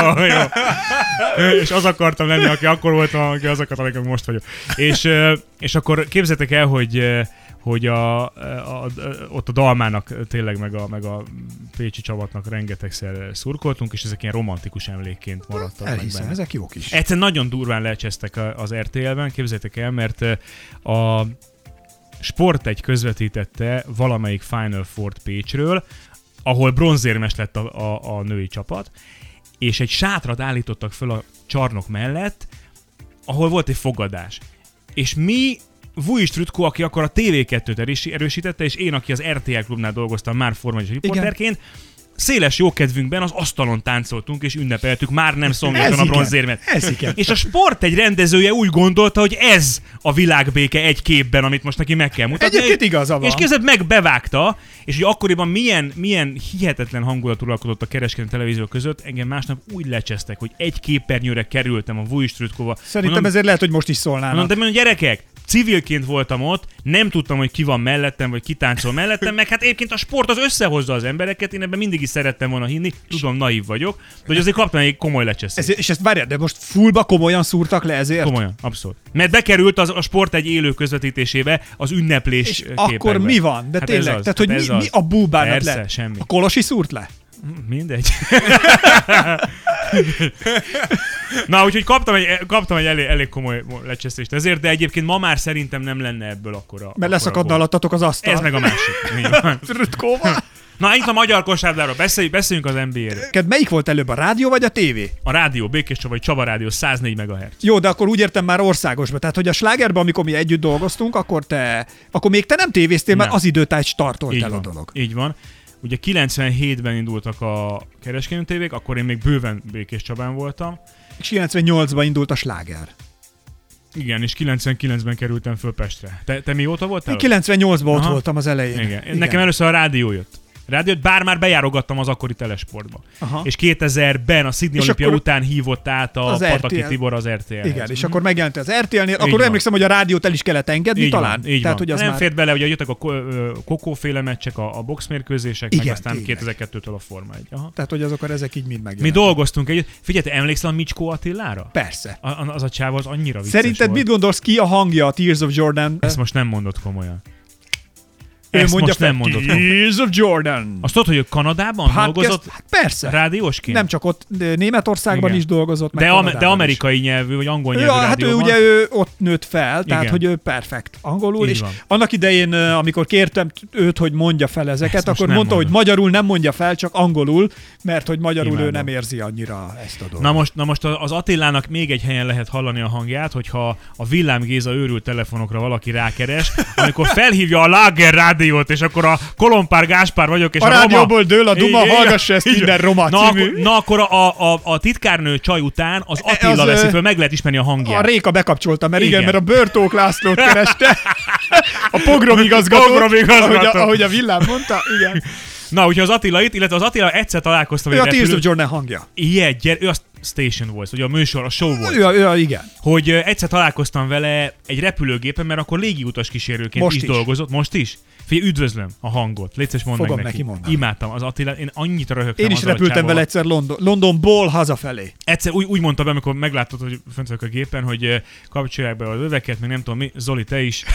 És az akartam lenni, aki akkor voltam, aki az akartam, aki most vagyok. És akkor képzeljétek el, hogy ott a Dalmának tényleg meg a pécsi csapatnak rengetegszer szurkoltunk, és ezek ilyen romantikus emlékként maradtak. Elhiszem, ezek jók is. Egyszer nagyon durván lecsesztek az RTL-ben, képzeljétek el, mert a Sport1 közvetítette valamelyik Final Four-t Pécsről, ahol bronzérmes lett a női csapat, és egy sátrat állítottak föl a csarnok mellett, ahol volt egy fogadás. És mi Vujic Trütko, aki akkor a TV2-t erősítette, és én, aki az RTL klubnál dolgoztam már formai riporterként, széles jókedvünkben az asztalon táncoltunk és ünnepeltük, már nem szomjaton a bronzérmet. És a Sport egy rendezője úgy gondolta, hogy ez a világbéke egy képben, amit most neki meg kell mutatni. Egyébként igaza van. És kezdett megbevágta, és hogy akkoriban milyen hihetetlen hangulat uralkodott a kereskedelmi televízió között, engem másnap úgy lecsesztek, hogy egy képernyőre kerültem a Vujic Trütkóval. Szerintem ezért lehet, hogy most is szólnának. De mondom, gyerekek, civilként voltam ott, nem tudtam, hogy ki van mellettem, vagy ki táncol mellettem, meg hát egyébként a sport az összehozza az embereket, én ebben mindig is szerettem volna hinni, tudom, naív vagyok, de hogy azért kaptam egy komoly lecseszést. És ezt várjál, de most fullba komolyan szúrtak le ezért? Komolyan, abszolút. Mert bekerült a Sport egy élő közvetítésébe az ünneplés és képekbe. akkor mi van? De hát tényleg, tehát hogy mi a búbának lett? Semmi. A Kolosi szúrt le? Mindegy. Na, úgyhogy kaptam egy elég komoly lecsesztést ezért, de egyébként ma már szerintem nem lenne ebből akkora. Mert leszakadna alattatok az asztal. Ez meg a másik. Trütkóval. Na, itt a magyar kosárlabdáról, beszéljünk az NBA-ről. Melyik volt előbb, a rádió vagy a tévé? A rádió, Békés Csaba, vagy Csaba Rádió, 104 MHz. Jó, de akkor úgy értem már országosba. Tehát, hogy a slágerben, amikor mi együtt dolgoztunk, akkor még te nem tévéztél, mert az időtájt startolt el a dolog. Így van. Ugye 97-ben indultak a kereskedelmi tévék, akkor én még bőven Békés Csabán voltam. És 98-ban indult a sláger. Igen, és 99-ben kerültem föl Pestre. Te mióta voltál? Én 98-ban ott voltam az elején. Igen. Nekem először a rádió jött. Bár már bejárogattam az akkori Telesportba. Aha. És 2000-ben a Sydney Olimpia után hívott át a Pataki RTL. Tibor az RTL-hez. Igen, és akkor megjelent az RTL-nél, akkor emlékszem, hogy a rádiót el is kellett engedni így talán. Van, így tehát, van. hogy az nem már... fért bele, ugye jöttek a Kokóféle meccsek, a boxmérkőzések, igen, meg aztán igen. 2002-től a Forma 1. Aha. Tehát, hogy azok ezek így mind megjelentek. Mi dolgoztunk együtt. Figyelj, emlékszel a Micskó Attilára? Persze. Az a csáv az annyira vicces Szerinted volt. mit gondolsz, ki a hangja a Tears of Jordan? Ezt most nem mondod komolyan. Ő mondja most nem mondod. Tears of Jordan. Azt tudod, hogy ő Kanadában dolgozott? Hát persze. Rádiósként? Nem csak ott, Németországban igen. is dolgozott. Meg de amerikai nyelvű, vagy angol nyelvű hát rádióban. ő ugye ott nőtt fel, tehát igen. hogy ő perfekt angolul, így és van. Annak idején, amikor kértem őt, hogy mondja fel ezeket, ezt akkor mondta, hogy magyarul nem mondja fel, csak angolul, mert hogy magyarul ő nem érzi annyira ezt a dolgot. Na most az Attilának még egy helyen lehet hallani a hangját, hogyha a Villám Géza őrült telefonokra valaki rákeres, amikor felhívja a Lager rádiót, és akkor a Kolompár Gáspár vagyok, és a rádióból dől a duma, hallgassa ezt minden Roma című. Na akkor a titkárnő csaj után az Attila veszi föl, meg lehet ismerni a hangját. A Réka bekapcsolta, mert a Börtók Lászlót kereste, a pogromigazgató, ahogy a Villám mondta, igen. Na, úgyhogy az Attila itt, illetve az Attila egyszer találkoztam. Ő a Tears of Jordan hangja. Igen, ő a Station Voice, ugye a műsor, a show volt. Ő, igen. Hogy egyszer találkoztam vele egy repülőgépen, mert akkor légiutas kísérőként is dolgozott. Most is? Figyelj, üdvözlöm a hangot. Légy szíves, mondd meg neki. Imádtam az Attila, én annyit röhögtem. Én is repültem vele egyszer Londonból hazafelé. Egyszer úgy mondta be, amikor megláttad, hogy fönt vagyok a gépen, hogy kapcsolják be a öveket, meg nem tudom mi. Zoli, te is.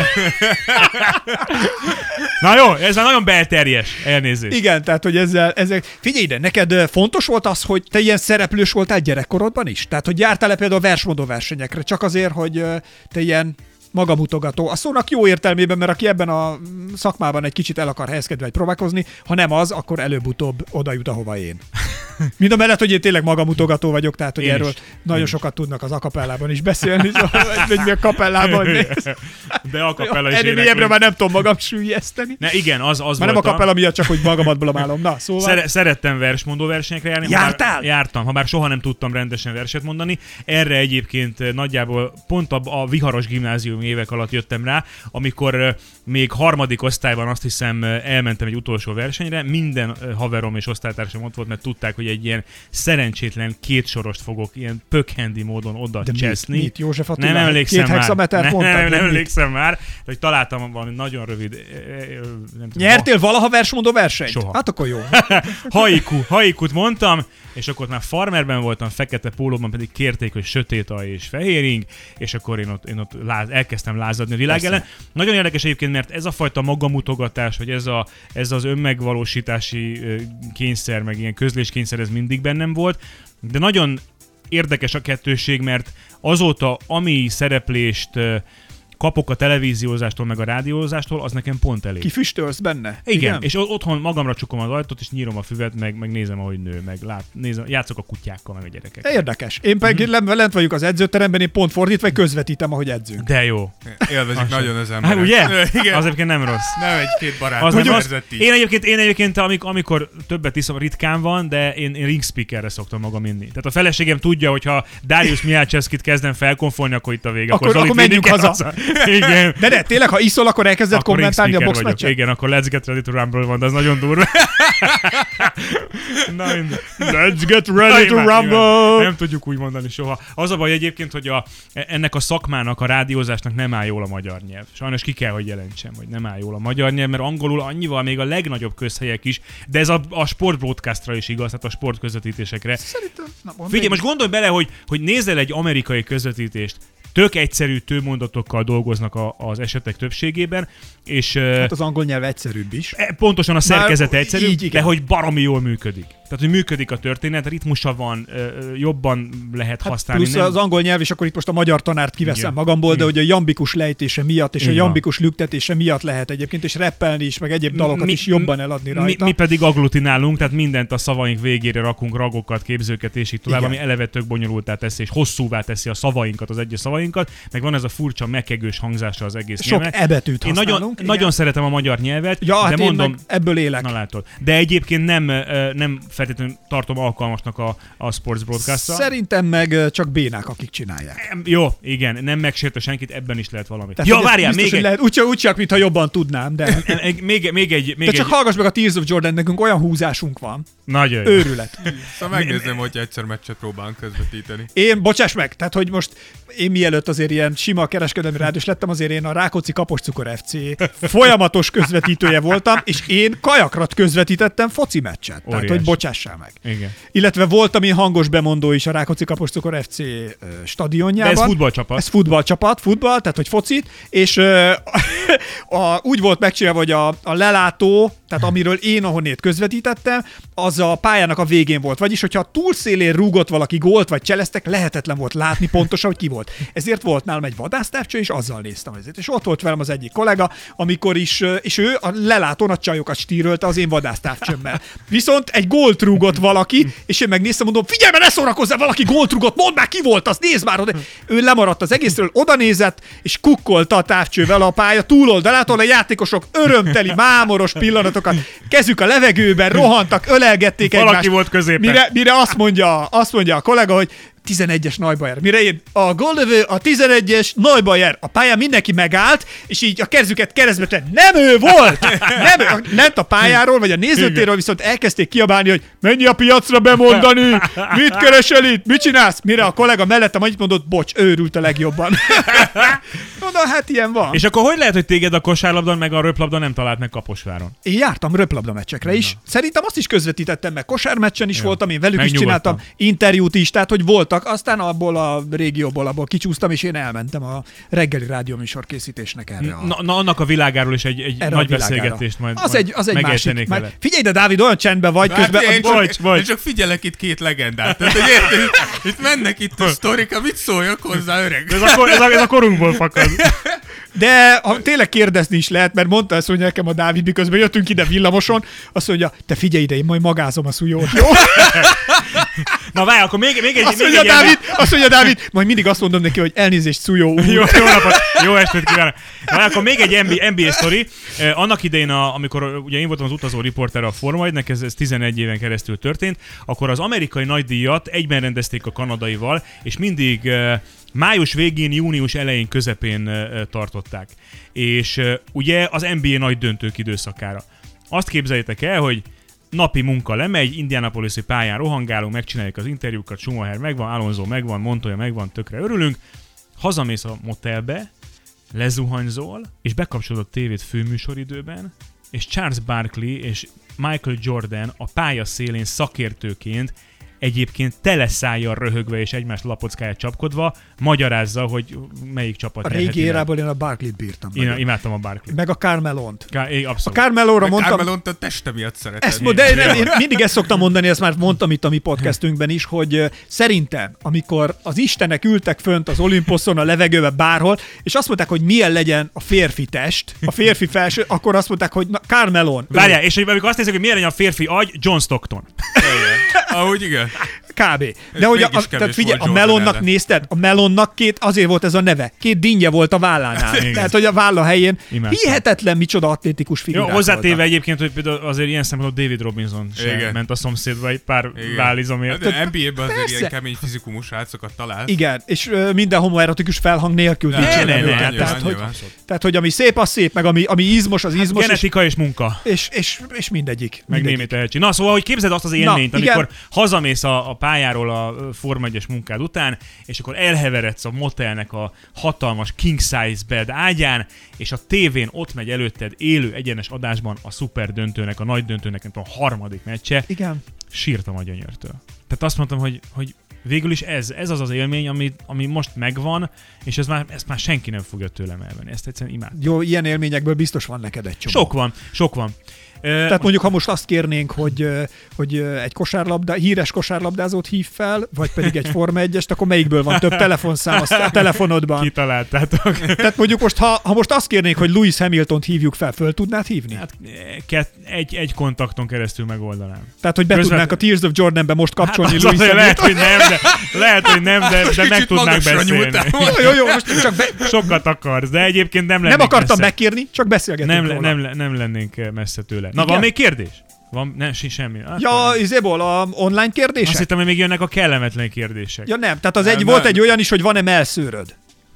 Na jó, ez már nagyon belterjes, elnézést. Igen, tehát, hogy ezek... Figyelj ide, neked fontos volt az, hogy te ilyen szereplős voltál gyerekkorodban is? Tehát, hogy jártál-e például versmondó versenyekre, csak azért, hogy te ilyen magamutogató. A szónak jó értelmében, mert aki ebben a szakmában egy kicsit el akar helyezkedni vagy próbálkozni, ha nem az, akkor előbb-utóbb oda jut, ahova én. Mind a mellett, hogy én tényleg magamutogató vagyok, tehát hogy erről nagyon sokat tudnak az akapellában is beszélni, vagy mi a kapellában néz. De akapella is ennél mélyebbre már nem tudom magam süllyeszteni. Ne, igen, az már voltam. nem a kapella miatt, csak hogy magamat blamálom. Na, szóval... Szerettem versmondó versenyekre járni. Jártál? Jártam, ha bár soha nem tudtam rendesen verset mondani. Erre egyébként nagyjából pont a viharos gimnázium évek alatt jöttem rá, amikor még harmadik osztályban azt hiszem elmentem egy utolsó versenyre. Minden haverom és osztálytársam ott volt, mert tudták, hogy egy ilyen szerencsétlen kétsorost fogok ilyen pökhendi módon oda cseszni. Mit? József Attila? Nem emlékszem már. Nem emlékszem már, hogy találtam valami nagyon rövid... Nem tudom, Nyertél valaha versmondó versenyt? Soha. Hát akkor jó. Haikut mondtam, és akkor már farmerben voltam, fekete pólóban pedig kérték, hogy sötét alj és fehér ing, és akkor én ott elkezdtem lázadni a világ ellen. Nagyon érdekes egyébként, mert ez a fajta magamutogatás, vagy ez az önmegvalósítási kényszer, meg ilyen közléskényszer, ez mindig bennem volt, de nagyon érdekes a kettőség, mert azóta, ami szereplést kapok a televíziózástól, meg a rádiózástól, az nekem pont elég. Kifüstölsz benne? Igen, és otthon magamra csukom az ajtót, és nyírom a füvet, meg nézem, ahogy nő, meg játszok a kutyákkal, meg a gyerekekkel. Érdekes. Én pedig lent vagyok az edzőteremben, én pont fordítva, vagy közvetítem, ahogy edzünk. De jó. Élvezik nagyon az emberek. Hát, ugye? Igen. Az egyébként nem rossz. Nem egy-két barát. Az Nem nem érzett így. Én egyébként amikor többet iszom, ritkán van, de én ring speakerre szoktam magam inni. Tehát a feleségem tudja, hogy ha Darius Mihalcevskit kezdem felkonfolni, akkor itt a vége. Akkor menjünk haza. Igen. De tényleg, ha iszol, akkor elkezded Akkor kommentálni a ring speaker boxmeccset? vagyok. Igen, akkor let's get ready to rumble van, de az nagyon durva. Let's get ready to rumble! Nem tudjuk úgy mondani soha. Az a baj egyébként, hogy ennek a szakmának, a rádiózásnak nem áll jól a magyar nyelv. Sajnos ki kell, hogy jelentsem, hogy nem áll jól a magyar nyelv, mert angolul annyival még a legnagyobb közhelyek is, de ez a sportbroadcastra is igaz, tehát a sportközvetítésekre. Szerintem. Figyelj, most gondolj bele, hogy nézel egy amerikai közvetítést, tök egyszerű tőmondatokkal dolgoznak az esetek többségében, és... Hát az angol nyelv egyszerűbb is. Pontosan a szerkezet egyszerű, így, igen. de hogy baromi jól működik. Tehát, hogy működik a történet, ritmusa van, jobban lehet használni. Plusz az angol nyelv, és akkor itt most a magyar tanárt kiveszem magamból, de hogy a jambikus lejtése miatt, és a jambikus lüktetése miatt lehet egyébként, és rappelni is, meg egyéb dalokat is jobban eladni rajta. Mi pedig agglutinálunk, tehát mindent a szavaink végére rakunk, ragokat, képzőket, és így tovább, ami eleve tök bonyolultá teszi, és hosszúvá teszi a szavainkat, az egyes szavainkat, meg van ez a furcsa mekegős hangzása az egész Sok nyelvnek. ebetűt használunk. Én nagyon szeretem a magyar nyelvet, ja, de mondom, ebből élek. Na látod. De egyébként nem feltétlenül tartom alkalmasnak a sports broadcast-ra. Szerintem meg csak bénák, akik csinálják. Jó, igen, nem megsérte senkit, ebben is lehet valami. Tehát, ja, várjál, még egy... Úgy csak, mintha jobban tudnám, de... még csak hallgass meg a Tears of Jordan, nekünk olyan húzásunk van. Nagyon. Őrület. Szóval megnézném, hogy egyszer meccset próbálunk közvetíteni. Bocsáss meg, tehát hogy most én mielőtt azért ilyen sima kereskedelmi rádiós lettem, azért én a Rákóczi Kaposcukor FC folyamatos közvetítője voltam, és én kajakrat közvetítettem foci meccset. Tehát, hogy bocsássál meg. Igen. Illetve voltam én hangos bemondó is a Rákóczi Kaposcukor FC stadionjában. De ez futballcsapat. Ez futball, tehát hogy focit, és úgy volt megcsinálva, hogy a lelátó, tehát amiről én ahonnét közvetítettem, az a pályának a végén volt. Vagyis, hogyha a túlszélén rúgott valaki gólt, vagy cseleztek, lehetetlen volt látni pontosan, hogy ki volt. Ezért volt nálam egy vadásztávcső, és azzal néztem ezért. És ott volt velem az egyik kollega, amikor is, és ő a lelátón a csajokat stírölte az én vadásztávcsőmmel. Viszont egy gólt rúgott valaki, és én megnéztem, mondom, figyelj, mert ne szórakozzál, valaki gólt rúgott, mondd már, ki volt az, nézd már oda. Ő lemaradt az egészről, oda nézett, és kukkolta a távcsővel a pálya túloldalától, a játékosok örömteli, mámoros pillanatokat, kezük a levegőben, rohantak, ölelgették egymást. Valaki volt középen. Mire azt mondja a kollega, hogy 11-es Neubayer. Mire én a góllövő, a 11-es Neubayer. A pályán mindenki megállt, és így a kezüket keresztbe tett. Nem ő volt! Nem ő. Lent a pályáról, vagy a nézőtérről viszont elkezdték kiabálni, hogy menj a piacra bemondani, mit keresel itt, mit csinálsz? Mire a kollega mellettem annyit mondott, bocs, őrült a legjobban. Mondom, hát ilyen van. És akkor hogy lehet, hogy téged a kosárlabdán meg a röplabdán nem talált meg Kaposváron? Én jártam röplabda meccsekre is. Szerintem azt is közvetítettem meg. Kosármeccsen is voltam, én velük is csináltam interjút is, tehát hogy voltak. Aztán abból a régióból abból kicsúsztam, és én elmentem a reggeli rádióműsor készítésnek erre. Na, annak a világáról is egy nagy beszélgetést majd az egy másik. Vele. Figyelj, de Dávid, olyan csendben vagy közben. Én csak figyelek itt két legendát. Tehát, hogy itt mennek itt a sztorika, mit szóljak hozzá, öreg? Ez a korunkból fakad. De tényleg kérdezni is lehet, mert mondta ezt, hogy nekem a Dávid, miközben jöttünk ide villamoson, azt mondja, te figyelj ide, én majd magázom a Szujót, jó? Na várj, akkor még egy... Azt mondja Dávid, majd mindig azt mondom neki, hogy elnézést Szujó úr. Jó napot, jó estét kívánok. Na várj, akkor még egy NBA sztori. Annak idején, amikor ugye én voltam az utazó riporter a Forma 1-nek, ez 11 éven keresztül történt, akkor az amerikai nagydíjat egyben rendezték a kanadaival, és mindig május végén, június elején, közepén tartották. És ugye az NBA nagy döntők időszakára. Azt képzeljétek el, hogy napi munka lemegy, Indianapolis-i pályán rohangálunk, megcsináljuk az interjúkat, Schumacher megvan, Alonso megvan, Montoya megvan, tökre örülünk. Hazamész a motelbe, lezuhanyzol, és bekapcsolod a tévét főműsoridőben, és Charles Barkley és Michael Jordan a pálya szélén szakértőként egyébként tele szájjal röhögve és egymás lapockáját csapkodva magyarázza, hogy melyik csapat nyerheti. A régi érából én a Barkley-t bírtam. Én imádtam a Barkley-t. Meg a Carmelont. Abszolút. A Carmelóra mondtam... Carmelont a teste miatt szeretem. Én mindig ezt szoktam mondani, ezt már mondtam itt a mi podcastünkben is, hogy szerintem, amikor az istenek ültek fönt az Olimposzon, a levegőbe, bárhol, és azt mondták, hogy milyen legyen a férfi test, a férfi felső, akkor azt mondták, hogy Carmelon. Várjál, és amikor azt nézzük, hogy milyen legyen a férfi agy, John Stockton. Ahogy igen. Kb. De hogy tehát figyelj, a Melonnak nézted? A Melonnak azért volt ez a neve. 2 dinnye volt a vállánál. Tehát, hogy a válla helyén hihetetlen micsoda atlétikus figurák voltak. Hozzátéve egyébként, hogy például azért ilyen szempontból David Robinson sem ment a szomszédba egy pár vállizomért. De NBA-ben azért ilyen kemény fizikumú srácokat talál. Igen, és minden homoerotikus felhang nélkül dicsérem őket. Tehát, hogy ami szép, az szép, meg ami izmos, az izmos. Genetika és munka. És mindegyik. Meg némi tehetség. Na, szóval, hogy képzeld azt az élményt, amikor hazamész a pályáról a Forma 1-es munkád után, és akkor elheveredsz a motelnek a hatalmas king size bed ágyán, és a tévén ott megy előtted élő egyenes adásban a szuper döntőnek, a nagy döntőnek, nem tudom, a harmadik meccse. Igen. Sírtam a gyönyörtől. Tehát azt mondtam, hogy végül is ez az élmény, ami most megvan, és ezt már senki nem fogja tőlem elvenni. Ezt egyszerűen imádom. Jó, ilyen élményekből biztos van neked egy csomó. Sok van. Tehát mondjuk, ha most azt kérnénk, hogy egy híres kosárlabdázót hív fel, vagy pedig egy Forma 1-est, akkor melyikből van több telefonszám a telefonodban? Kitaláltátok. Tehát mondjuk most, ha most azt kérnénk, hogy Lewis Hamiltont hívjuk fel, tudnád hívni? Hát egy kontakton keresztül megoldanám. Tehát, hogy be tudnánk a Tears of Jordanbe most kapcsolni Lewis Hamilton. Lehet, hogy nem, de meg tudnánk beszélni. Jó, most csak sokat akarsz, de egyébként nem lennénk nem akartam messze. Megkérni, csak beszélgetünk róla. Nem lennénk messze tőle. Na, van még kérdés? Van? Nem, semmi. Izéból a online kérdések? Azt hittem, hogy még jönnek a kellemetlen kérdések. Ja nem, tehát volt egy olyan is, hogy van-e mellszőröd.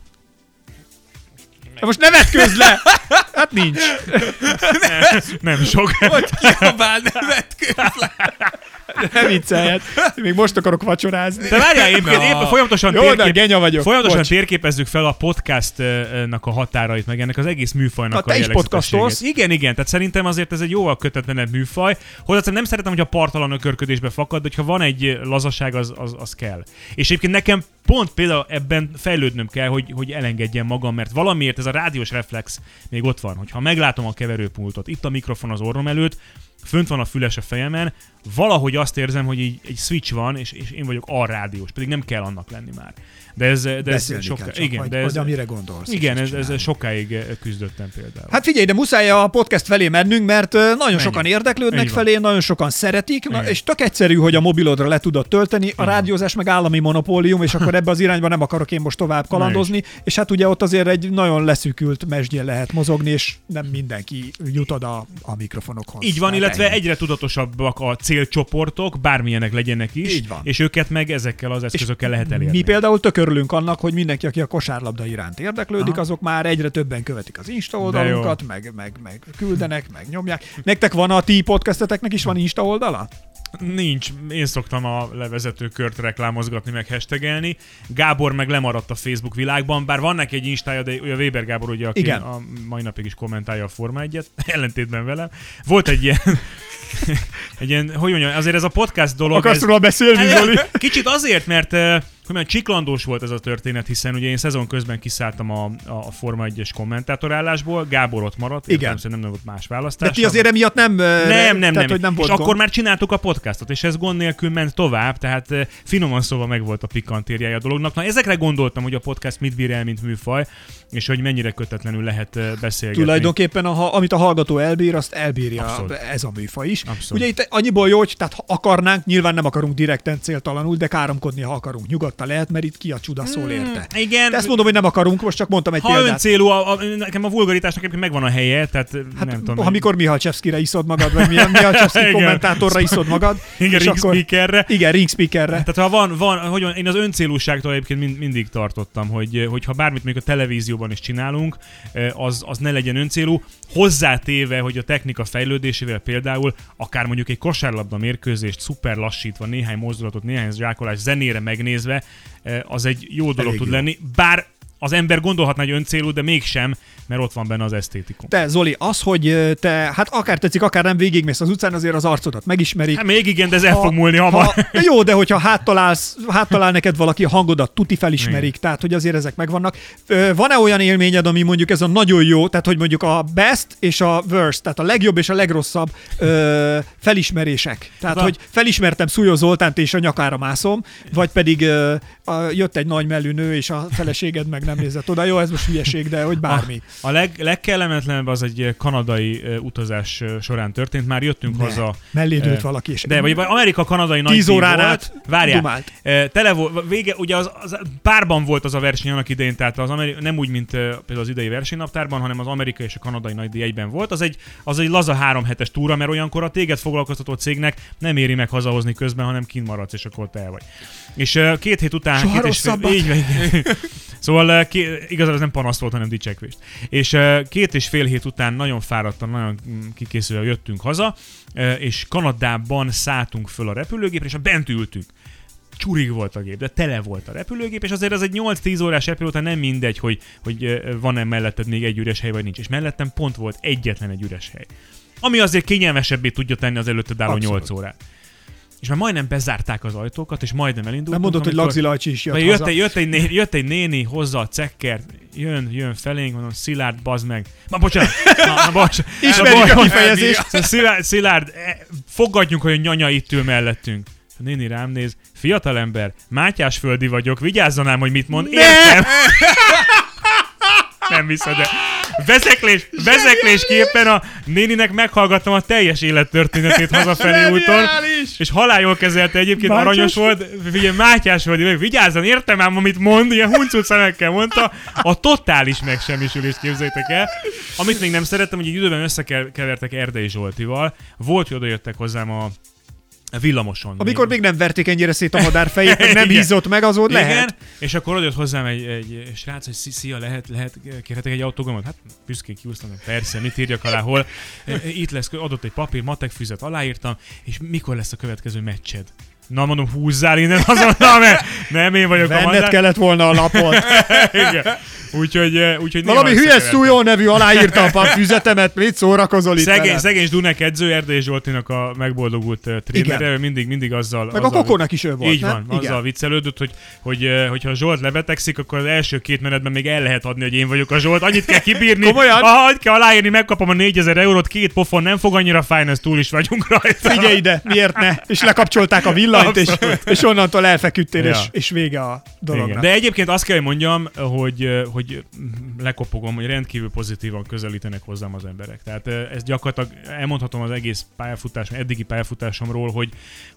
Most ne vetkőzz le! Hát nincs. Nem sok. Hogy kiabál, ne vetkőzz le! Ne vicceljet. Még most akarok vacsorázni. De várjál, épp folyamatosan térképezzük fel a podcastnak a határait, meg ennek az egész műfajnak a jellegzetességét. Igen, tehát szerintem azért ez egy jóval kötetlenebb műfaj. Hozzá nem szeretem, hogy a partalan ökörködésbe fakad, de ha van egy lazaság, az kell. És egyébként nekem pont például ebben fejlődnöm kell, hogy elengedjem magam, mert valamiért ez a rádiós reflex még ott van, hogyha meglátom a keverőpultot, itt a mikrofon az orrom előtt, fönt van a füles a fejemen, valahogy azt érzem, hogy így egy switch van, és én vagyok a rádiós, pedig nem kell annak lenni már. De ez sokkal... Igen, de ez, amire gondolsz. Igen, ez sokáig küzdöttem például. Hát figyelj, de muszáj a podcast felé mennünk, mert nagyon sokan érdeklődnek felé, nagyon sokan szeretik, és tök egyszerű, hogy a mobilodra le tudod tölteni, a rádiózás meg állami monopólium, és akkor ebbe az irányba nem akarok én most tovább kalandozni, és hát ugye ott azért egy nagyon leszűkült mesdjén lehet mozogni, és nem mindenki jut oda a mikrofonokhoz. Így van, illetve egyre tudatosabbak a célcsoportok, bármilyenek legyenek is, és őket meg ezekkel az eszközökkel lehet elérni. Mi például örülünk annak, hogy mindenki, aki a kosárlabda iránt érdeklődik, azok már egyre többen követik az Insta oldalunkat, meg küldenek, meg nyomják. Nektek van a ti podcasteteknek is van Insta oldala? Nincs. Én szoktam a levezető kört reklámozgatni, meg hashtagelni. Gábor meg lemaradt a Facebook világban, bár van neki egy Instája, de a Weber Gábor, ugye, aki a mai napig is kommentálja a Forma 1-et, ellentétben velem. Volt egy ilyen, hogy mondjam, azért ez a podcast dolog... Akarsz róla beszélni, Zoli? Kicsit azért, mert hogy csiklandós volt ez a történet, hiszen ugye én szezon közben kiszálltam a Forma 1-es kommentátorállásból, Gábor ott maradt, igen. Nem volt más választás. De ti azért emiatt nem. Hogy nem volt és akkor már csináltuk a podcastot, és ez gond nélkül ment tovább, tehát finoman szóval megvolt a pikantériája a dolognak. Na ezekre gondoltam, hogy a podcast mit bír el, mint műfaj, és hogy mennyire kötetlenül lehet beszélgetni. Tulajdonképpen, amit a hallgató elbír, azt elbírja ez a műfaj is. Abszolút. Ugye itt annyiból jó, hogy tehát ha akarnánk, nyilván nem akarunk direkten céltalanul, de káromkodni, ha akarunk. Nyugodtan lehet, mert itt ki a csuda szól érte. Igen. De ezt mondom, hogy nem akarunk, most csak mondtam egy példát. Ha öncélú, nekem a vulgaritásnak egyébként megvan a helye, tehát hát, nem tudom. Amikor Mihalcsevszkire iszod magad, vagy Mihalcsevszki kommentátorra iszod magad. Igen, ringspeakerre. Igen, ringspeakerre. Tehát ha van, hogy én az öncélúságtól egyébként mindig tartottam, hogy ha bármit még a televízióban is csinálunk, az ne legyen öncélú. Hozzátéve, hogy a technika fejlődésével például akár mondjuk egy kosárlabda mérkőzést szuper lassítva, néhány mozdulatot, néhány zsákolás zenére megnézve, az egy jó dolog tud lenni. Bár az ember gondolhatná, hogy öncélú, de mégsem, mert ott van benne az esztétikum. Te, Zoli, az, hogy te, hát akár tetszik, akár nem végigmész az utcán, azért az arcodat megismerik. Hát még igen, de ez el fog múlni hamar. Jó, de hogyha háttalál neked valaki, a hangodat tuti felismerik, igen. Tehát hogy azért ezek megvannak. Van-e olyan élményed, ami mondjuk ez a nagyon jó, tehát hogy mondjuk a best és a worst, tehát a legjobb és a legrosszabb felismerések. Tehát, hogy felismertem Szújó Zoltánt és a nyakára mászom, vagy pedig jött egy nagy mellű nő, és a feleséged meg nem nézett oda. Jó, ez most hülyeség, de hogy bármi. A legkellemetlenebb az egy kanadai utazás során történt. Már jöttünk haza. Mellédült valaki. És de, vagy Amerika-kanadai nagy 10 órán át várjál. Tele volt, vége, ugye az párban volt az a verseny annak idején, tehát nem úgy, mint például az idei versenynaptárban, hanem az amerikai és a kanadai nagy díj egyben volt. Az egy laza 3 hetes túra, mert olyankor a téged foglalkoztató cégnek nem éri meg hazahozni közben, hanem kint maradsz, és akkor te el vagy. És 2 hét után... Soha rosszabbat. Szóval igazából ez nem panaszt volt, hanem dicsekvést. És 2,5 hét után nagyon fáradtan, nagyon kikészülve jöttünk haza, és Kanadában szálltunk föl a repülőgépre, és bent ültünk. Csurig volt a gép, de tele volt a repülőgép, és azért az egy 8-10 órás repülő után nem mindegy, hogy van-e melletted még egy üres hely, vagy nincs. És mellettem pont volt egyetlen egy üres hely. Ami azért kényelmesebbé tudja tenni az előtted álló 8 órát. És már majdnem bezárták az ajtókat, és majdnem elindultunk. Nem mondod, hogy Lagzi Lajcsi is jött haza. Jött egy néni, hozza a cekkert, jön felénk, mondom, Szilárd, bazd meg. Bocsánat. Ismerjük a kifejezést. Szilárd, fogadjunk, hogy a nyanya itt ül mellettünk. A néni rám néz, fiatalember, Mátyásföldi vagyok, vigyázzon ám, hogy mit mond. Értem. Nem hiszed, de vezeklésképpen a néninek meghallgattam a teljes élettörténetét hazafelé úton, és halálról kezelte egyébként, aranyos volt, figyelj, Mátyásföldi, vigyázzon, értem ám, amit mond, ilyen huncut szemekkel mondta, a totális megsemmisülést képzeljétek el. Amit még nem szerettem, hogy egy időben összekevertek Erdei Zsoltival, volt, hogy oda jöttek hozzám a villamoson. Amikor még nem verték ennyire szét a madárfejét, meg nem hízott meg, az ott lehet. És akkor odajött hozzám egy srác, hogy szia, kérhetek egy autogramot? Hát büszkén kiúztam, persze, mit írjak alá, hol. Itt lesz, adott egy papír, matek füzet, aláírtam, és mikor lesz a következő meccsed? Na mondom, húzzál innen azonnal, mert nem én vagyok a madár. Venned kellett volna a lapot. Igen. Úgyhogy valami hülyes Szújó nevű aláírta a füzetemet, mit szórakozol itt velem? Szegény Dunek edző, Erdei Zsoltinak a megboldogult trénere, mindig azzal... Meg a Kokónak is ő volt, így van, nem? Azzal viccelődött, hogyha Zsolt lebetegszik, akkor az első 2 menetben még el lehet adni, hogy én vagyok a Zsolt. Annyit kell kibírni, annyit kell aláírni, megkapom a 4000 eurót, 2 pofon nem fog annyira fájni, ezt túl is vagyunk rajta. Figyelj ide, miért ne? És lekapcsolták a villanyt, és onnantól elfeküdtél, és vége a dolognak. De egyébként azt kell, hogy mondjam, hogy lekopogom, hogy rendkívül pozitívan közelítenek hozzám az emberek. Tehát ezt gyakorlatilag elmondhatom az egész eddigi pályafutásomról, hogy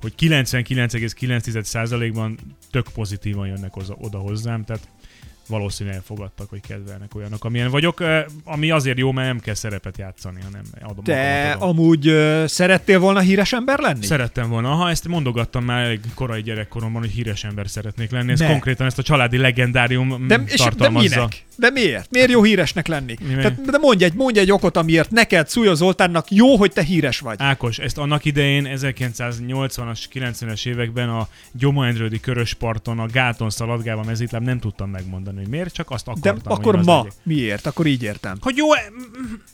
99,9%-ban tök pozitívan jönnek oda hozzám, tehát valószínűleg elfogadtak, hogy kedvelnek olyanok, amilyen vagyok, ami azért jó, mert nem kell szerepet játszani, hanem adom. Te amúgy szerettél volna híres ember lenni? Szerettem volna. Ezt mondogattam már elég korai gyerekkoromban, hogy híres ember szeretnék lenni. Ez konkrétan ezt a családi legendárium tartalmazza. De minek? De miért? Miért jó híresnek lenni? De mondj egy okot, amiért neked, Szújó Zoltánnak jó, hogy te híres vagy. Ákos, ezt annak idején 1980-as, 90-es években a Gyomai-Endrődi Körösparton, a gáton szaladgálva mezitláb nem tudtam megmondani, hogy miért, csak azt akartam. De akkor ma miért? Akkor így értem. Hogy jó,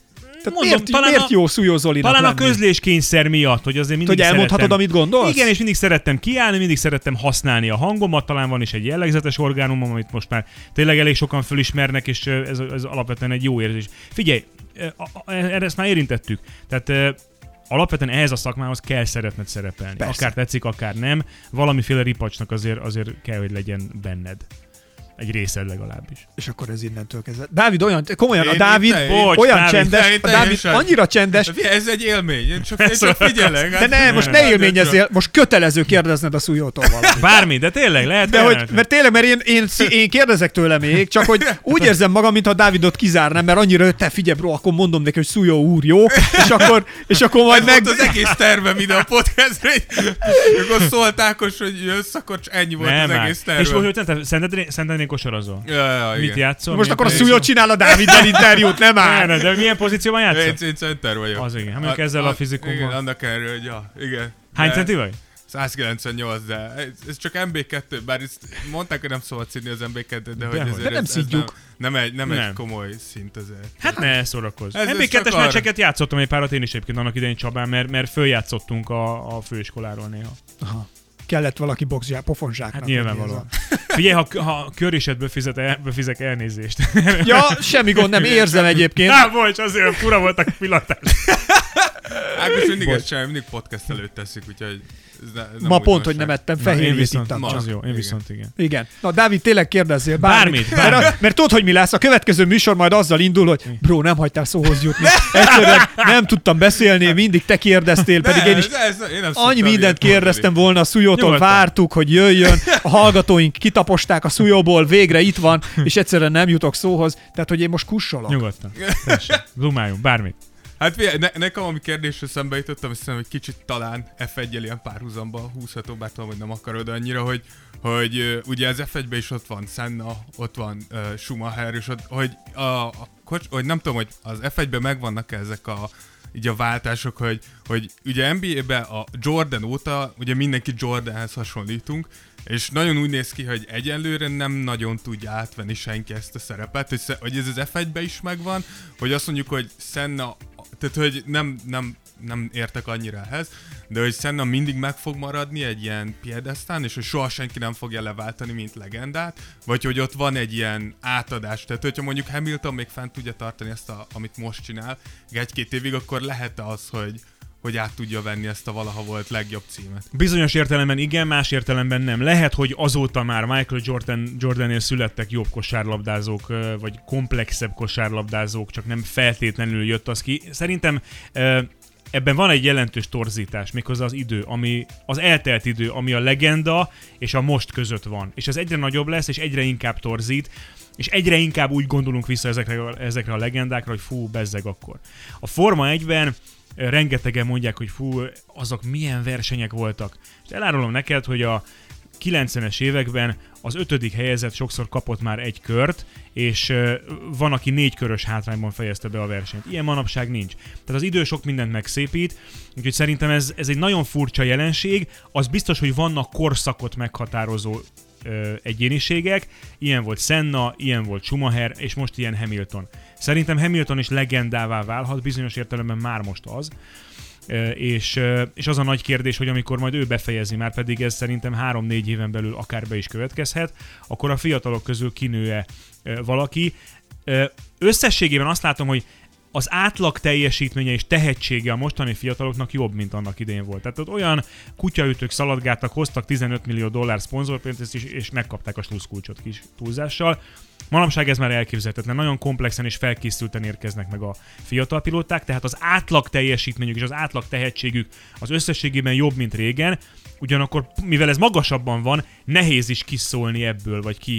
mondom, miért jó Szújó Zolinak talán lenni? a közléskényszer miatt, hogy azért mindig Hogy elmondhatod, amit gondolsz? Igen, és mindig szerettem kiállni, mindig szerettem használni a hangomat, talán van is egy jellegzetes orgánumom, amit most már tényleg elég sokan fölismernek, és ez alapvetően egy jó érzés. Figyelj, erre ezt már érintettük. Tehát alapvetően ehhez a szakmához kell szeretned szerepelni. Persze. Akár tetszik, akár nem. Valamiféle ripacsnak azért kell, hogy legyen benned. Egy részed legalábbis. És akkor ez innentől kezdve. Dávid komolyan, a Én- Dávid én- olyan Dávid, csendes, én a Dávid teljesen- annyira csendes, Ez egy élmény, én csak figyelek. de ne, most ne élményezzél, most kötelező kérdezned a Szújótól valamit. Bármi, de tényleg lehet. De hogy, mert tényleg, mert én kérdezek tőle még, csak hogy úgy érzem magam, mintha Dávidot kizárnám, mert annyira te figyelj, bro, akkor mondom neki, hogy Szújó úr, jó? És akkor majd Ez meg... volt az egész tervem ide a podcastre. Akkor szólt Ákos, hogy jössz, akkor csak ennyi volt nem az már. egész És tervem. hogy te Szentendrén kosarazol? Ja, Mit igen. játszol? Most Milyen akkor a pozíció- Szújó csinál a Dáviddal interjút, nem áll. Ne, de milyen pozícióban játszol? Én center vagyok. Az igen. Hát mondjuk ezzel a fizikummal. Igen, annak erről, hogy igen. Hány De- centi vagy? 198, de ez csak MB2, bár ezt mondták, hogy nem szabad szidni az MB2, de hogy Dehogy. ezért De nem ez szidjuk. nem egy Nem. komoly szint azért. Hát ne szórakozz. Ez csak MB2-es arra. meccseket játszottam egy párat én is egyébként annak idején Csabán, mert följátszottunk a főiskoláról néha. Aha. Kellett valaki pofonzsáknak. Hát hogy nyilvánvalóan. Figyelj, ha körésedből fizek elnézést. Ja, semmi gond, nem érzem egyébként. Bocs, azért fura volt a pillantás. Ákos mindig ezt csinálja, mindig podcast előtt teszik, úgyhogy ez nem Ma újdonság. pont, hogy nem ettem Én fehérjét viszont, ittam ma. csak. az jó, én Igen. viszont igen. Igen. Na, Dávid, tényleg kérdezzél bármit. Bármit. Mert tudod, hogy mi lesz? A következő műsor majd azzal indul, hogy bro, nem hagytál szóhoz jutni. Egyszerűen nem tudtam beszélni, mindig te kérdeztél, pedig én is én nem annyi szoktam mindent ilyet kérdeztem mondani. volna a Szújótól, Nyugodtan. vártuk, hogy jöjjön, a hallgatóink kitaposták a Szújóból, végre itt van, és egyszerűen nem jutok szóhoz, tehát hogy én most kussolok. Nyugodtan. Tessék, Blumáljunk, bármit. Hát figyelj, nekem ami kérdésről szembe jutottam, azt hiszem, hogy kicsit talán F1-jel ilyen párhuzamba húzható, bár tudom, hogy nem akarod annyira, hogy ugye az F1-ben is ott van Senna, ott van Schumacher, és ott, hogy nem tudom, hogy az F1-ben megvannak ezek így a váltások, hogy ugye NBA-ben a Jordan óta, ugye mindenki Jordanhez hasonlítunk, és nagyon úgy néz ki, hogy egyenlőre nem nagyon tudja átvenni senki ezt a szerepet, hogy ez az F1-ben is megvan, hogy azt mondjuk, hogy Senna, tehát hogy nem értek annyira ehhez, de hogy Senna mindig meg fog maradni egy ilyen piedesztán, és hogy soha senki nem fogja leváltani, mint legendát, vagy hogy ott van egy ilyen átadás. Tehát, hogyha mondjuk Hamilton még fent tudja tartani ezt, amit most csinál, egy-két évig, akkor lehet az, hogy át tudja venni ezt a valaha volt legjobb címet. Bizonyos értelemben igen, más értelemben nem. Lehet, hogy azóta már Michael Jordannél születtek jobb kosárlabdázók, vagy komplexebb kosárlabdázók, csak nem feltétlenül jött az ki. Szerintem ebben van egy jelentős torzítás, méghozzá az idő, az eltelt idő, ami a legenda és a most között van. És ez egyre nagyobb lesz, és egyre inkább torzít, és egyre inkább úgy gondolunk vissza ezekre a legendákra, hogy fú, bezzeg akkor. A Forma 1-ben rengetegen mondják, hogy fú, azok milyen versenyek voltak. És elárulom neked, hogy a 90-es években az 5. helyezett sokszor kapott már egy kört, és van, aki 4 körös hátrányban fejezte be a versenyt. Ilyen manapság nincs. Tehát az idő sok mindent megszépít, úgyhogy szerintem ez egy nagyon furcsa jelenség. Az biztos, hogy vannak korszakot meghatározó egyéniségek. Ilyen volt Senna, ilyen volt Schumacher, és most ilyen Hamilton. Szerintem Hamilton is legendává válhat, bizonyos értelemben már most az. És az a nagy kérdés, hogy amikor majd ő befejezi, már pedig ez szerintem 3-4 éven belül akár be is következhet, akkor a fiatalok közül kinő-e valaki. Összességében azt látom, hogy az átlag teljesítménye és tehetsége a mostani fiataloknak jobb, mint annak idején volt. Tehát ott olyan kutyaütők szaladgáltak, hoztak $15 millió szponzorpénzt, és megkapták a sluszkulcsot kis túlzással. Manapság ez már elképzelhetetlen, nagyon komplexen és felkészülten érkeznek meg a fiatal pilóták, tehát az átlag teljesítményük és az átlag tehetségük az összességében jobb, mint régen, ugyanakkor, mivel ez magasabban van, nehéz is kiszólni ebből, vagy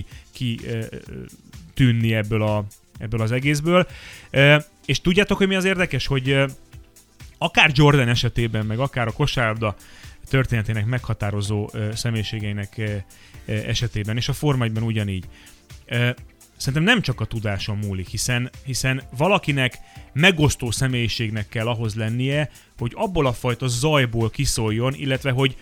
tűnni ebből az egészből. És tudjátok, hogy mi az érdekes, hogy akár Jordan esetében, meg akár a kosárlabda történetének meghatározó személyiségeinek esetében, és a Forma 1-ben ugyanígy. Szerintem nem csak a tudáson múlik, hiszen valakinek megosztó személyiségnek kell ahhoz lennie, hogy abból a fajta zajból kiszóljon, illetve hogy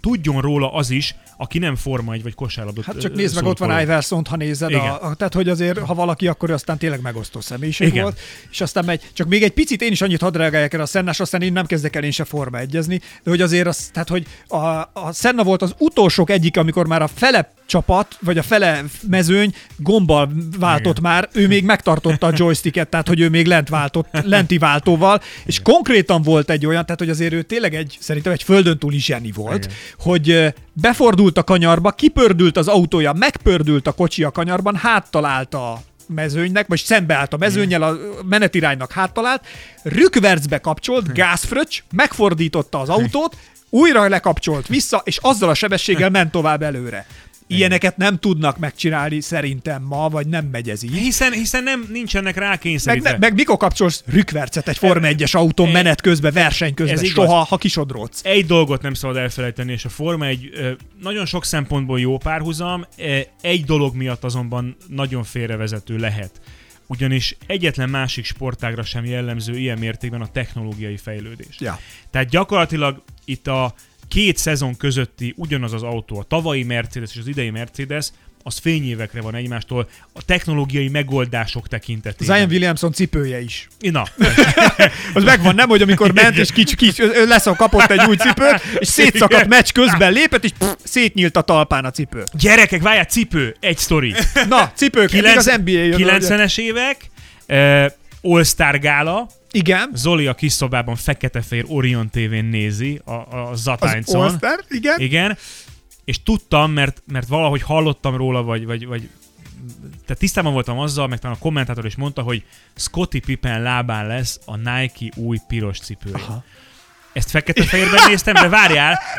tudjon róla az is, aki nem Forma 1 vagy kosárlabda. Hát csak nézd meg, ott van Iverson-t, ha nézed. Tehát, hogy azért, ha valaki, akkor aztán tényleg megosztó személyiség volt. És aztán megy. Csak még egy picit én is annyit hadd reagáljak erre a Sennás, aztán én nem kezdek el én se Forma 1-ezni, de hogy azért az, tehát, hogy a Senna volt az utolsók egyik, amikor már a fele csapat, vagy a fele mezőny gombbal váltott már, ő még megtartotta a joysticket, tehát hogy ő még lenti váltóval, és konkrétan volt egy olyan, tehát hogy azért ő tényleg szerintem egy földön túli zseni volt, hogy befordult a kanyarba, kipördült az autója, megpördült a kocsi a kanyarban, háttal állt a mezőnynek, vagy szembeállt a mezőnnyel, a menetiránynak háttal állt, rükvercbe kapcsolt, gázfröccs, megfordította az autót, újra lekapcsolt vissza, és azzal a sebességgel ment tovább előre. Ilyeneket nem tudnak megcsinálni szerintem ma, vagy nem megy ez így. Hiszen nincsenek rá kényszerítve. Meg mikor kapcsolsz rükvercet egy Forma 1-es autón menet közben, verseny közben, soha, ha kisodródsz. Egy dolgot nem szabad elfelejteni, és a Forma 1 nagyon sok szempontból jó párhuzam, egy dolog miatt azonban nagyon félrevezető lehet. Ugyanis egyetlen másik sportágra sem jellemző ilyen mértékben a technológiai fejlődés. Ja. Tehát gyakorlatilag itt a 2 szezon közötti ugyanaz az autó, a tavalyi Mercedes és az idei Mercedes, az fényévekre van egymástól a technológiai megoldások tekintetében. Zion Williamson cipője is. Na. Az megvan, nem, hogy amikor ment, és kapott egy új cipőt, és szétszakadt meccs közben lépett, és szétnyílt a talpán a cipő. Gyerekek, várjál, cipő, egy sztori. Na, cipők, az NBA jön. 90-es évek, All-Star gála. Igen. Zoli a kis szobában fekete-fehér Orion TV-n nézi a Zatáncon. Az All-Star, igen. Igen. És tudtam, mert valahogy hallottam róla, vagy tehát tisztában voltam azzal, meg talán a kommentátor is mondta, hogy Scottie Pippen lábán lesz a Nike új piros cipője. Aha. Ezt fekete-fehérben néztem, de várjál, és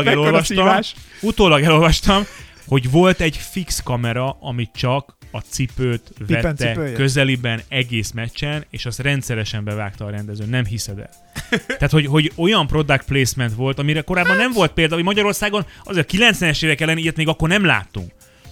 utólag elolvastam, hogy volt egy fix kamera, ami csak a cipőt vette közeliben egész meccsen, és azt rendszeresen bevágta a rendező. Nem hiszed el. Tehát, hogy olyan product placement volt, amire korábban nem volt példa, hogy Magyarországon azért a 90-es évek ellen ilyet még akkor nem láttunk.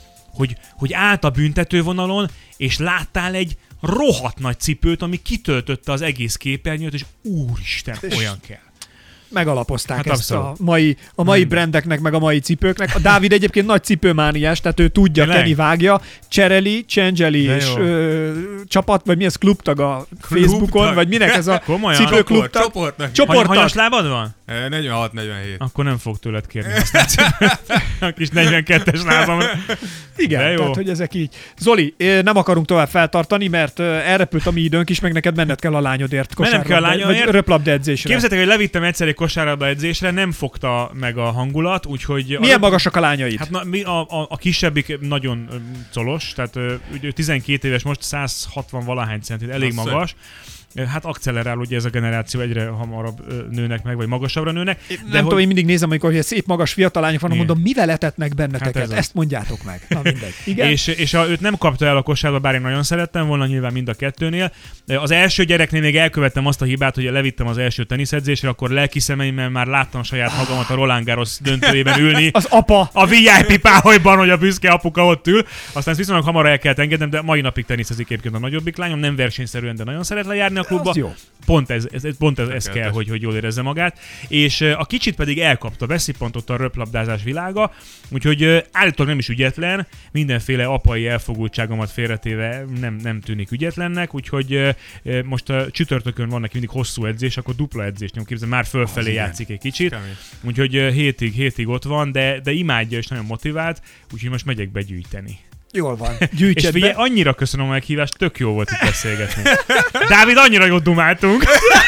Hogy állt a büntetővonalon, és láttál egy rohadt nagy cipőt, ami kitöltötte az egész képernyőt, és úristen, olyan kell. Megalapozták ezt a mai brandeknek, meg a mai cipőknek. A Dávid egyébként nagy cipőmániás, tehát ő tudja, Kenny vágja, csereli, csengeli, és csapat, vagy mi ez, klubtag a Facebookon, vagy minek ez a cipőklubtag? Csoporttag. Hanyas lábad van? 46-47. Akkor nem fog tőled kérni azt a kis 42-es lábam. Igen, tehát hogy ezek így. Zoli, nem akarunk tovább feltartani, mert elrepült a mi időnk is, meg neked menned kell a lányodért kosárlabda, vagy röplabda edzésre. Képzeljétek, hogy levittem egyszer egy kosárlabda edzésre, nem fogta meg a hangulat, úgyhogy... Milyen magasak a lányaid? Hát a kisebbik nagyon colos, tehát 12 éves, most 160 valahány centit, elég magas. Hát akcelerál ugye ez a generáció, egyre hamarabb nőnek meg, vagy magasabbra nőnek. Nem tudom, én mindig nézem, amikor szép magas fiatal lányok vannak, mondom, mivel etetnek benneteket? Hát ezt mondjátok meg. Na mindegy. Igen? És őt nem kapta el a kosárba, bár én nagyon szerettem volna, nyilván mind a kettőnél. Az első gyereknél még elkövettem azt a hibát, hogy levittem az első teniszedzésre, akkor lelki szemeimmel már láttam saját magamat a Roland Garros döntőjében ülni. Az apa! A VIP páholyban, hogy a büszke apuka ott ül. Aztán viszonylag hamar el kellett engednem, de mai napig teniszezik egyébként a nagyobbik lányom, nem versenyszerűen, de nagyon szeret lejárni a klubba. Pont ez kell, hogy jól érezze magát. És a kicsit pedig elkapta, beszippantotta a röplabdázás világa, úgyhogy állítólag nem is ügyetlen, mindenféle apai elfogultságomat félretéve nem tűnik ügyetlennek, úgyhogy most a csütörtökön van neki mindig hosszú edzés, akkor dupla edzés nyom, képzel, már fölfelé játszik egy kicsit. Úgyhogy hétig ott van, de imádja és nagyon motivált, úgyhogy most megyek begyűjteni. Jól van, gyűjtsed és figyelj, annyira köszönöm a meghívást, tök jó volt itt beszélgetni. Dávid, annyira jót dumáltunk.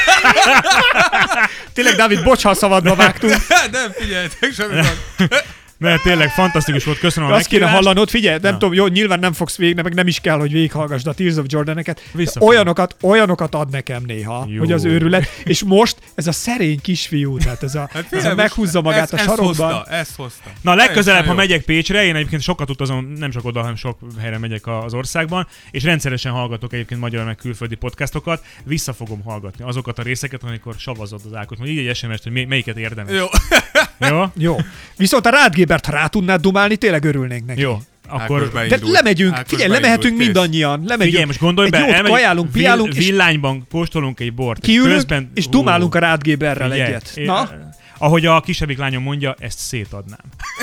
Tényleg, Dávid, bocs, ha szabadba vágtunk. Nem, figyeljetek, semmi van. Mert tényleg fantasztikus volt, köszönöm a meghívást. Azt kéne hallanod, figyelj, nem tudom, jó, nyilván nem fogsz végig, meg nem is kell, hogy végighallgasd a Tears of Jordan-eket. Olyanokat ad nekem néha, jó, hogy az őrület. És most ez a szerény kisfiú, tehát ez a meghúzza magát a sarokban. Ezt hozta. Na, legközelebb, ha megyek Pécsre, én egyébként sokat utazom, nem csak oda, hanem sok helyre megyek az országban, és rendszeresen hallgatok egyébként magyar meg külföldi podcastokat, vissza fogom hallgatni azokat a részeket, amikor savazod az Ákos. Mondjuk így egy SMS-t, hogy melyiket érdemes. Jó. Viszont a Rádgébert, ha rá tudnád dumálni, tényleg örülnénk neki. Jó. Akkor de lemegyünk, figyelj, lemehetünk mindannyian. Figyelj, most gondolj be, jót kajálunk, piálunk, villányban kóstolunk egy bort. Kiülünk, és dumálunk a Rádgéberrel egyet. Na? Ahogy a kisebbik lányom mondja, ezt szétadnám.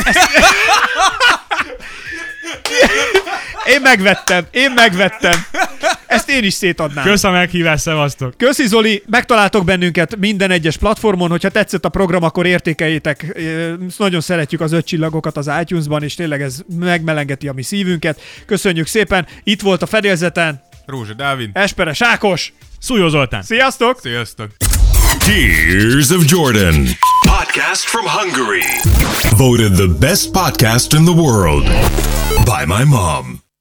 Én megvettem. Ezt én is szétadnám. Kösz a meghívást, szevasztok! Köszi Zoli, megtaláltok bennünket minden egyes platformon, hogyha tetszett a program, akkor értékeljétek. Nagyon szeretjük az 5 csillagokat az iTunes-ban, és tényleg ez megmelengeti a mi szívünket. Köszönjük szépen, itt volt a fedélzeten Rózsa Dávid. Esperes Ákos. Szújó Zoltán! Sziasztok! Sziasztok! Tears of Jordan. Podcast from Hungary. Voted the best podcast in the world by my mom.